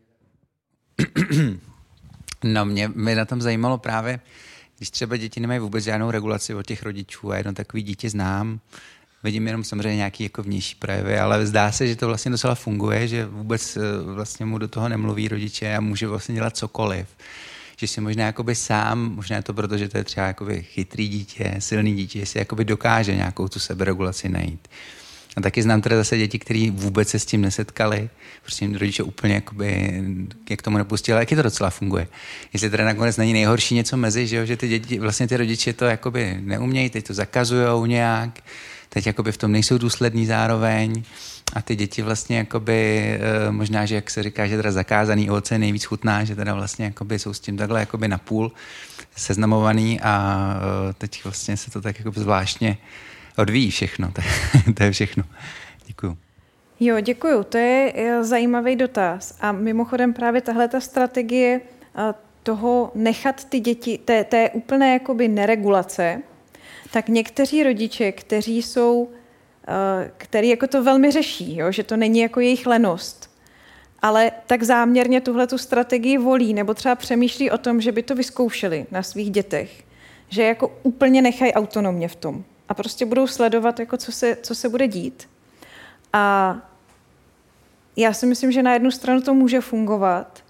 No mě, mě na tom zajímalo právě, když třeba děti nemají vůbec žádnou regulaci od těch rodičů a jedno takový dítě znám, vidím jenom samozřejmě nějaký jako vnější projevy, ale zdá se, že to vlastně docela funguje, že vůbec vlastně mu do toho nemluví rodiče a může vlastně dělat cokoliv. Že si možná jakoby sám, možná je to proto, že to je třeba jakoby chytrý dítě, silný dítě, že si jakoby dokáže nějakou tu seberegulaci najít. A taky znám teda zase děti, které vůbec se s tím nesetkali, prostě jim rodiče úplně jakoby k tomu nepustili, ale jaký to docela funguje. Jestli teda nakonec není nejhorší něco mezi, že, jo, že ty děti, vlastně ty rodiče to jakoby neumějí, teď to zakazujou nějak, teď jakoby v tom nejsou důslední zároveň a ty děti vlastně jakoby, možná, že jak se říká, že teda zakázaný ovoce je nejvíc chutná, že teda vlastně jakoby jsou s tím takhle jakoby napůl seznamovaný a teď vlastně se to tak jakoby zvláštně odvíjí všechno. To je všechno. Děkuju. Jo, děkuju. To je zajímavý dotaz. A mimochodem právě tahle ta strategie toho nechat ty děti, té, té úplné jakoby neregulace, tak někteří rodiče, kteří jsou, který jako to velmi řeší, jo, že to není jako jejich lenost, ale tak záměrně tuhletu strategii volí, nebo třeba přemýšlí o tom, že by to vyzkoušeli na svých dětech, že jako úplně nechají autonomně v tom. A prostě budou sledovat, jako co, se, co se bude dít. A já si myslím, že na jednu stranu to může fungovat.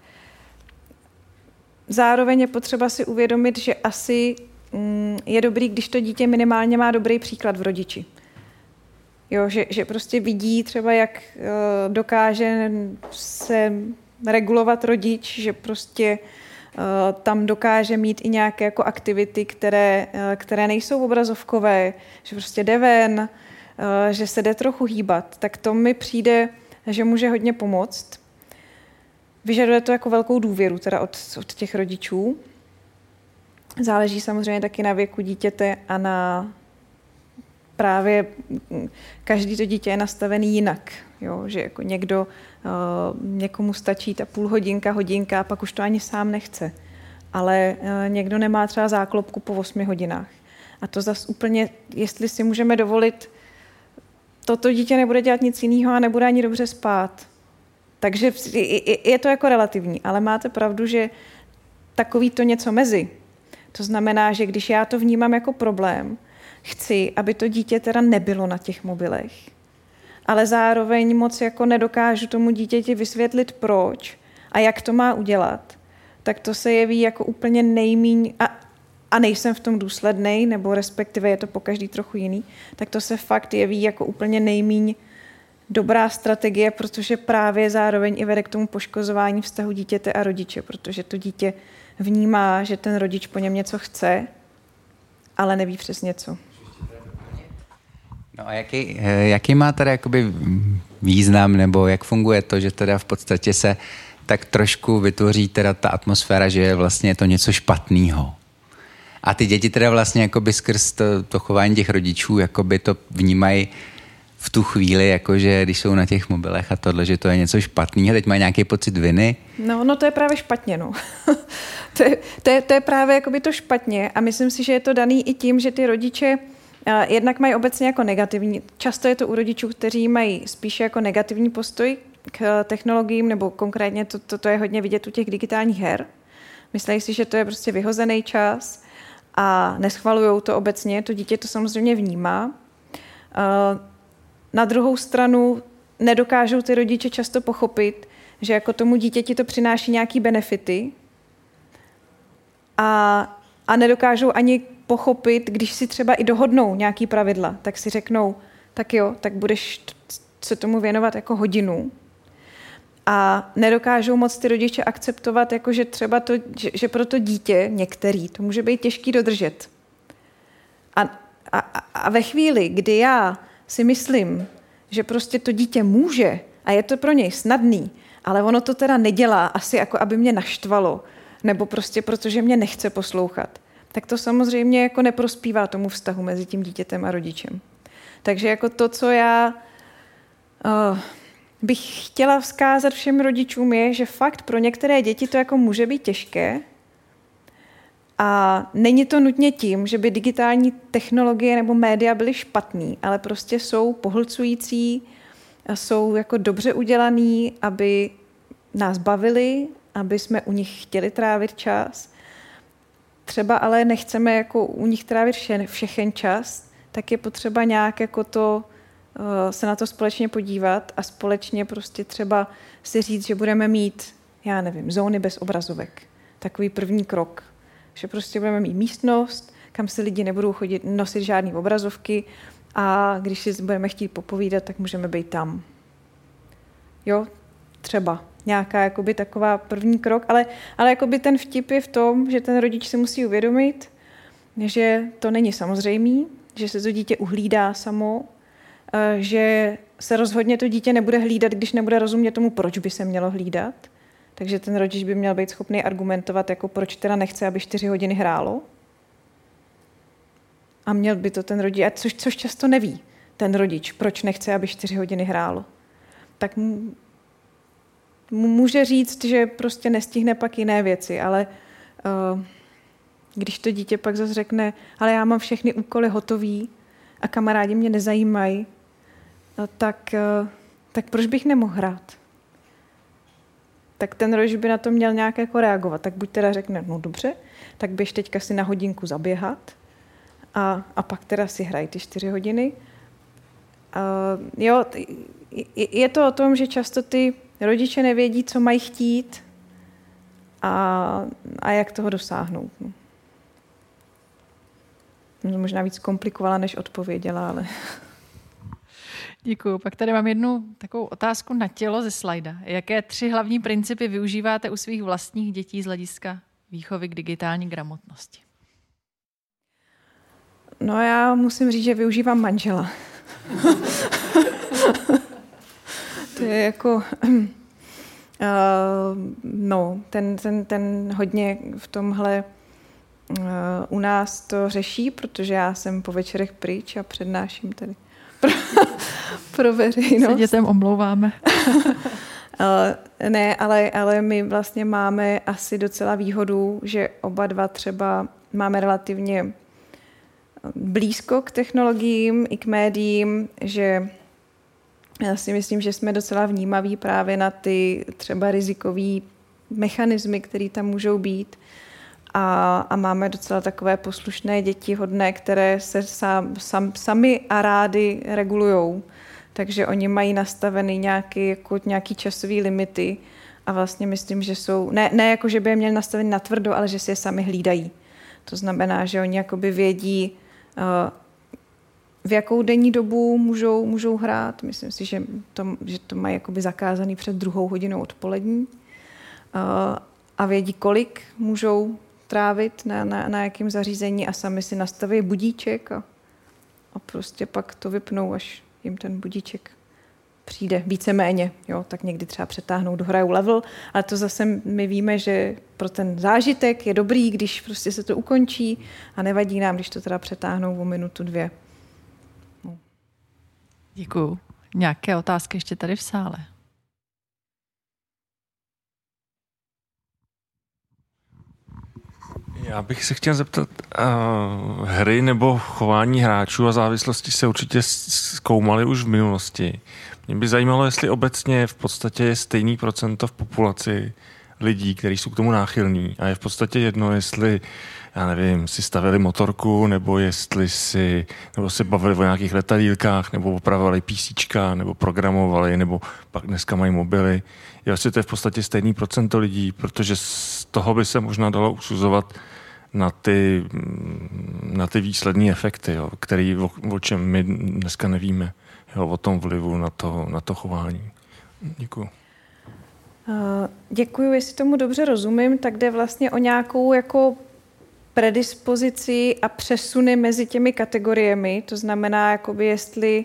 Zároveň je potřeba si uvědomit, že asi mm, je dobrý, když to dítě minimálně má dobrý příklad v rodiči. Jo, že, že prostě vidí třeba, jak uh, dokáže se regulovat rodič, že prostě tam dokáže mít i nějaké jako aktivity, které, které nejsou obrazovkové, že prostě jde ven, že se jde trochu hýbat, tak to mi přijde, že může hodně pomoct. Vyžaduje to jako velkou důvěru teda od, od těch rodičů. Záleží samozřejmě taky na věku dítěte a na právě každý to dítě je nastavený jinak. Jo, že jako někdo, uh, někomu stačí ta půl hodinka, hodinka a pak už to ani sám nechce. Ale uh, někdo nemá třeba záklopku po osmi hodinách. A to zas úplně, jestli si můžeme dovolit, toto dítě nebude dělat nic jiného a nebude ani dobře spát. Takže je to jako relativní, ale máte pravdu, že takový to něco mezi. To znamená, že když já to vnímám jako problém, chci, aby to dítě teda nebylo na těch mobilech, ale zároveň moc jako nedokážu tomu dítěti vysvětlit proč a jak to má udělat, tak to se jeví jako úplně nejmíň a a nejsem v tom důslednej, nebo respektive je to po každý trochu jiný, tak to se fakt jeví jako úplně nejmíň dobrá strategie, protože právě zároveň i vede k tomu poškozování vztahu dítěte a rodiče, protože to dítě vnímá, že ten rodič po něm něco chce, ale neví přesně co. No a jaký, jaký má teda jakoby význam, nebo jak funguje to, že teda v podstatě se tak trošku vytvoří teda ta atmosféra, že je vlastně to něco špatného. A ty děti teda vlastně jakoby skrz to, to chování těch rodičů jakoby to vnímají v tu chvíli, jakože když jsou na těch mobilech a tohle, že to je něco špatného, teď mají nějaký pocit viny. No, no to je právě špatně, no. to, je, to, je, to je právě jakoby to špatně a myslím si, že je to daný i tím, že ty rodiče uh, jednak mají obecně jako negativní, často je to u rodičů, kteří mají spíše jako negativní postoj k technologiím, nebo konkrétně to, to, to je hodně vidět u těch digitálních her. Myslí si, že to je prostě vyhozený čas a neschvalujou to obecně, to dítě to samozřejmě vnímá. Uh, Na druhou stranu nedokážou ty rodiče často pochopit, že jako tomu dítěti to přináší nějaký benefity a, a nedokážou ani pochopit, když si třeba i dohodnou nějaký pravidla, tak si řeknou, tak jo, tak budeš se tomu věnovat jako hodinu. A nedokážou moc ty rodiče akceptovat, jako že třeba to, že, že pro to dítě některý to může být těžký dodržet. A, a, a ve chvíli, kdy já si myslím, že prostě to dítě může a je to pro něj snadný, ale ono to teda nedělá asi jako aby mě naštvalo, nebo prostě protože mě nechce poslouchat, tak to samozřejmě jako neprospívá tomu vztahu mezi tím dítětem a rodičem. Takže jako to, co já uh, bych chtěla vzkázat všem rodičům je, že fakt pro některé děti to jako může být těžké, a není to nutně tím, že by digitální technologie nebo média byly špatný, ale prostě jsou pohlcující, jsou jako dobře udělaný, aby nás bavili, aby jsme u nich chtěli trávit čas. Třeba ale nechceme jako u nich trávit vše, všechen čas, tak je potřeba nějak jako to, se na to společně podívat a společně prostě třeba si říct, že budeme mít, já nevím, zóny bez obrazovek. Takový první krok. Že prostě budeme mít místnost, kam se lidi nebudou chodit, nosit žádné obrazovky a když si budeme chtít popovídat, tak můžeme být tam. Jo, třeba nějaká jakoby taková první krok, ale, ale jakoby ten vtip je v tom, že ten rodič si musí uvědomit, že to není samozřejmý, že se to dítě uhlídá samo, že se rozhodně to dítě nebude hlídat, když nebude rozumět tomu, proč by se mělo hlídat. Takže ten rodič by měl být schopný argumentovat, jako proč teda nechce, aby čtyři hodiny hrálo. A měl by to ten rodič, což, což často neví ten rodič, proč nechce, aby čtyři hodiny hrálo. Tak mu, mu může říct, že prostě nestihne pak jiné věci, ale uh, když to dítě pak zase řekne, ale já mám všechny úkoly hotový a kamarádi mě nezajímají, no, tak, uh, tak proč bych nemohl hrát? Tak ten rodič by na to měl nějak jako reagovat. Tak buď teda řekne, no dobře, tak běž teďka si na hodinku zaběhat a, a pak teda si hraj ty čtyři hodiny. Uh, jo, je to o tom, že často ty rodiče nevědí, co mají chtít a, a jak toho dosáhnout. No. Možná víc komplikovala, než odpověděla, ale... Děkuju. Pak tady mám jednu takovou otázku na tělo ze slajda. Jaké tři hlavní principy využíváte u svých vlastních dětí z hlediska výchovy k digitální gramotnosti? No já musím říct, že využívám manžela. To je jako... Uh, no, ten, ten, ten hodně v tomhle uh, u nás to řeší, protože já jsem po večerech pryč a přednáším tady pro, pro veřejnost. Se dětem omlouváme. uh, ne, ale, ale my vlastně máme asi docela výhodu, že oba dva třeba máme relativně blízko k technologiím i k médiím, že já si myslím, že jsme docela vnímaví právě na ty třeba rizikový mechanismy, které tam můžou být. A, a máme docela takové poslušné děti hodné, které se sám, sam, sami a rády regulujou. Takže oni mají nastavený nějaký, jako, nějaký časový limity a vlastně myslím, že jsou, ne, ne jako, že by je měli nastavený natvrdo, ale že si je sami hlídají. To znamená, že oni jakoby vědí, v jakou denní dobu můžou, můžou hrát. Myslím si, že to, že to mají jakoby zakázaný před druhou hodinou odpolední. A vědí, kolik můžou trávit na, na, na jakém zařízení a sami si nastaví budíček a, a prostě pak to vypnou, až jim ten budíček přijde víceméně. Jo, tak někdy třeba přetáhnou, dohrajou level, ale to zase my víme, že pro ten zážitek je dobrý, když prostě se to ukončí a nevadí nám, když to teda přetáhnou o minutu, dvě. No. Děkuju. Nějaké otázky ještě tady v sále? Já bych se chtěl zeptat, uh, hry nebo chování hráčů a závislosti se určitě zkoumaly už v minulosti. Mě by zajímalo, jestli obecně v podstatě je stejný procento v populaci lidí, kteří jsou k tomu náchylní a je v podstatě jedno, jestli, já nevím, si stavili motorku, nebo jestli si, nebo se bavili o nějakých letadýlkách, nebo opravovali písíčka, nebo programovali, nebo pak dneska mají mobily. Jestli to je v podstatě stejný procento lidí, protože z toho by se možná dalo usuzovat na ty, na ty výsledné efekty, jo, který, o, o čem my dneska nevíme, jo, o tom vlivu na to, na to chování. Děkuju. Děkuju, jestli tomu dobře rozumím, tak jde vlastně o nějakou jako predispozici a přesuny mezi těmi kategoriemi, to znamená, jakoby jestli,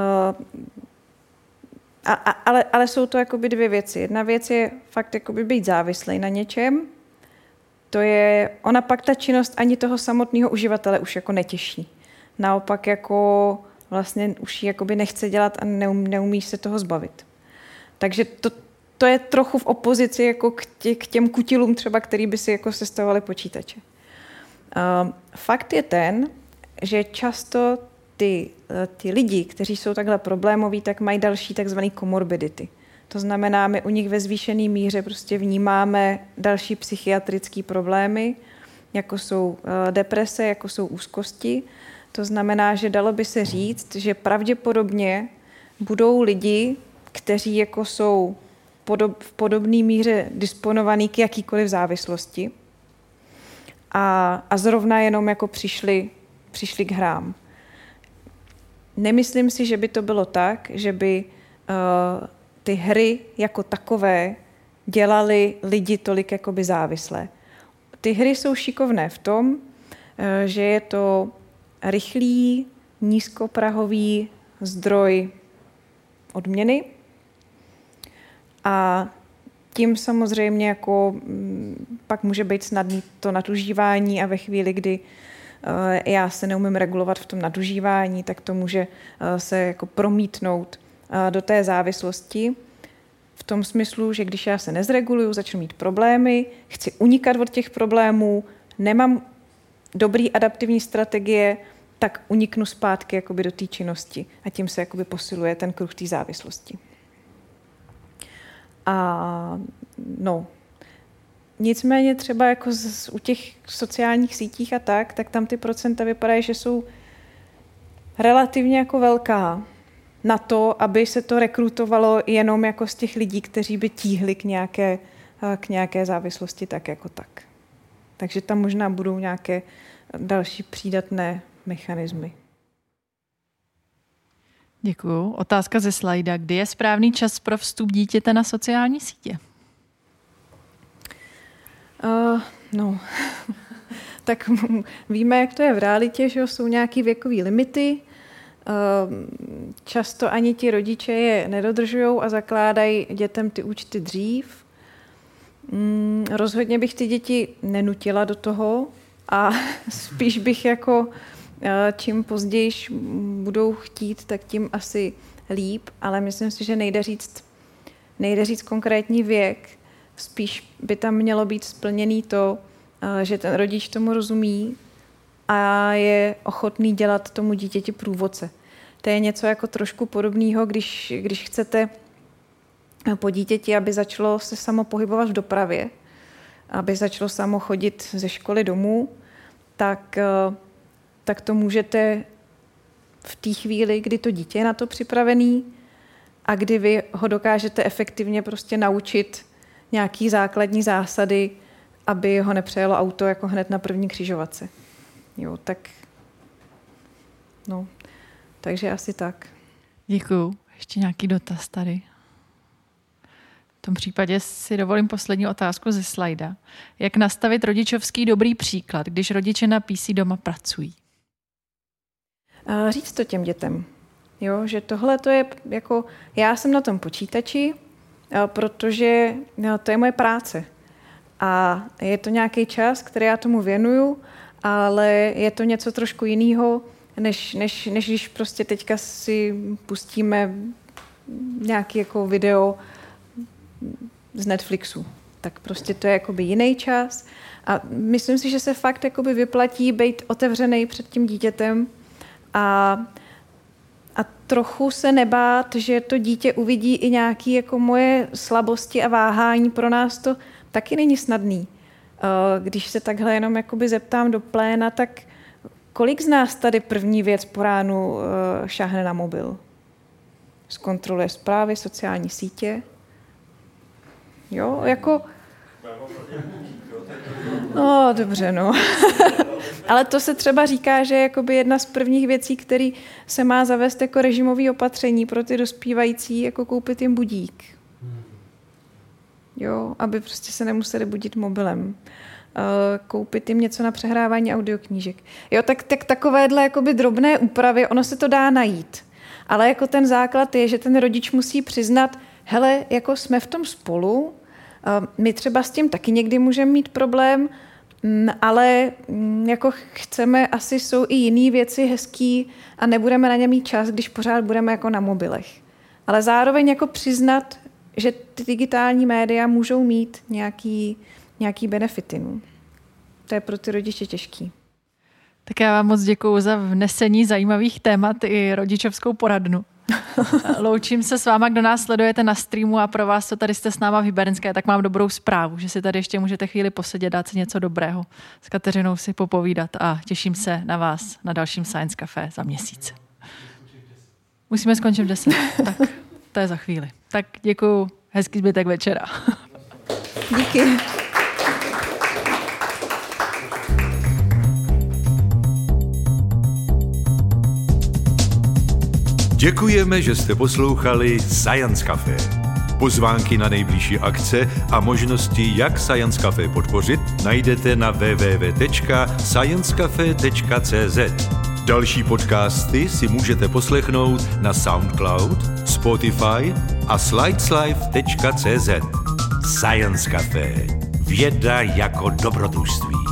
a, a, ale, ale jsou to jakoby dvě věci. Jedna věc je fakt jakoby být závislý na něčem, to je, ona pak ta činnost ani toho samotného uživatele už jako netěší. Naopak jako vlastně už ji jakoby nechce dělat a neum, neumí se toho zbavit. Takže to, to je trochu v opozici jako k, tě, k těm kutilům třeba, který by si jako sestavovali počítače. Uh, fakt je ten, že často ty, ty lidi, kteří jsou takhle problémoví, tak mají další takzvané komorbidity. To znamená, my u nich ve zvýšené míře prostě vnímáme další psychiatrické problémy, jako jsou uh, deprese, jako jsou úzkosti. To znamená, že dalo by se říct, že pravděpodobně budou lidi, kteří jako jsou podob, v podobné míře disponovaní k jakýkoliv závislosti a, a zrovna jenom jako přišli, přišli k hrám. Nemyslím si, že by to bylo tak, že by uh, ty hry jako takové dělaly lidi tolik jakoby závislé. Ty hry jsou šikovné v tom, uh, že je to rychlý, nízkoprahový zdroj odměny a tím samozřejmě jako pak může být snadný to nadužívání a ve chvíli, kdy já se neumím regulovat v tom nadužívání, tak to může se jako promítnout do té závislosti v tom smyslu, že když já se nezreguluju, začnu mít problémy, chci unikat od těch problémů, nemám dobrý adaptivní strategie, tak uniknu zpátky jakoby do té činnosti a tím se jakoby posiluje ten kruh té závislosti. A no, nicméně třeba jako z, u těch sociálních sítích a tak, tak tam ty procenta vypadají, že jsou relativně jako velká na to, aby se to rekrutovalo jenom jako z těch lidí, kteří by tíhli k nějaké, k nějaké závislosti tak jako tak. Takže tam možná budou nějaké další přídatné mechanismy. Děkuju. Otázka ze slajda. Kdy je správný čas pro vstup dítěte na sociální sítě? Uh, no, tak víme, jak to je v realitě, že jsou nějaké věkové limity. Uh, často ani ti rodiče je nedodržují a zakládají dětem ty účty dřív. Mm, rozhodně bych ty děti nenutila do toho a spíš bych jako čím později budou chtít, tak tím asi líp, ale myslím si, že nejde říct, nejde říct konkrétní věk, spíš by tam mělo být splněný to, že ten rodič tomu rozumí a je ochotný dělat tomu dítěti průvodce. To je něco jako trošku podobného, když, když chcete po dítěti, aby začalo se samo pohybovat v dopravě, aby začalo samo chodit ze školy domů, tak tak to můžete v té chvíli, kdy to dítě je na to připravený a kdy vy ho dokážete efektivně prostě naučit nějaký základní zásady aby ho nepřejelo auto jako hned na první křižovatce. Jo, tak no, takže asi tak. Děkuju. Ještě nějaký dotaz tady? V tom případě si dovolím poslední otázku ze slajda. Jak nastavit rodičovský dobrý příklad, když rodiče na P C doma pracují? Říct to těm dětem. Jo, že tohle to je jako, já jsem na tom počítači, protože no, to je moje práce. A je to nějaký čas, který já tomu věnuju, ale je to něco trošku jiného, než, než, než když prostě teďka si pustíme nějaký jako video z Netflixu. Tak prostě to je jakoby jiný čas. A myslím si, že se fakt jakoby vyplatí být otevřený před tím dítětem a, a trochu se nebát, že to dítě uvidí i nějaké jako moje slabosti a váhání. Pro nás to taky není snadný. Když se takhle jenom jakoby zeptám do pléna, tak kolik z nás tady první věc po ránu šáhne na mobil? Zkontroluje zprávy, sociální sítě? Jo, jako... No, dobře, no. Ale to se třeba říká, že je jakoby jedna z prvních věcí, který se má zavést jako režimový opatření pro ty dospívající, jako koupit jim budík. Jo, aby prostě se nemuseli budit mobilem. Koupit jim něco na přehrávání audioknížek. Jo, tak, tak takovéhle jakoby drobné úpravy, ono se to dá najít. Ale jako ten základ je, že ten rodič musí přiznat, hele, jako jsme v tom spolu, my třeba s tím taky někdy můžeme mít problém, ale jako chceme, asi jsou i jiné věci hezký a nebudeme na ně mít čas, když pořád budeme jako na mobilech. Ale zároveň jako přiznat, že ty digitální média můžou mít nějaký, nějaký benefity. No. To je pro ty rodiče těžký. Tak já vám moc děkuju za vnesení zajímavých témat i rodičovskou poradnu. Loučím se s váma, kdo nás sledujete na streamu a pro vás, co tady jste s náma v Hybernské, tak mám dobrou zprávu, že si tady ještě můžete chvíli posedět, dát si něco dobrého, s Kateřinou si popovídat a těším se na vás na dalším Science Café za měsíc. Musíme skončit v deset, tak to je za chvíli. Tak děkuju, hezký zbytek večera. Díky. Děkujeme, že jste poslouchali Science Café. Pozvánky na nejbližší akce a možnosti, jak Science Café podpořit, najdete na w w w tečka science cafe tečka c z. Další podcasty si můžete poslechnout na SoundCloud, Spotify a slideslife tečka c z. Science Café. Věda jako dobrodružství.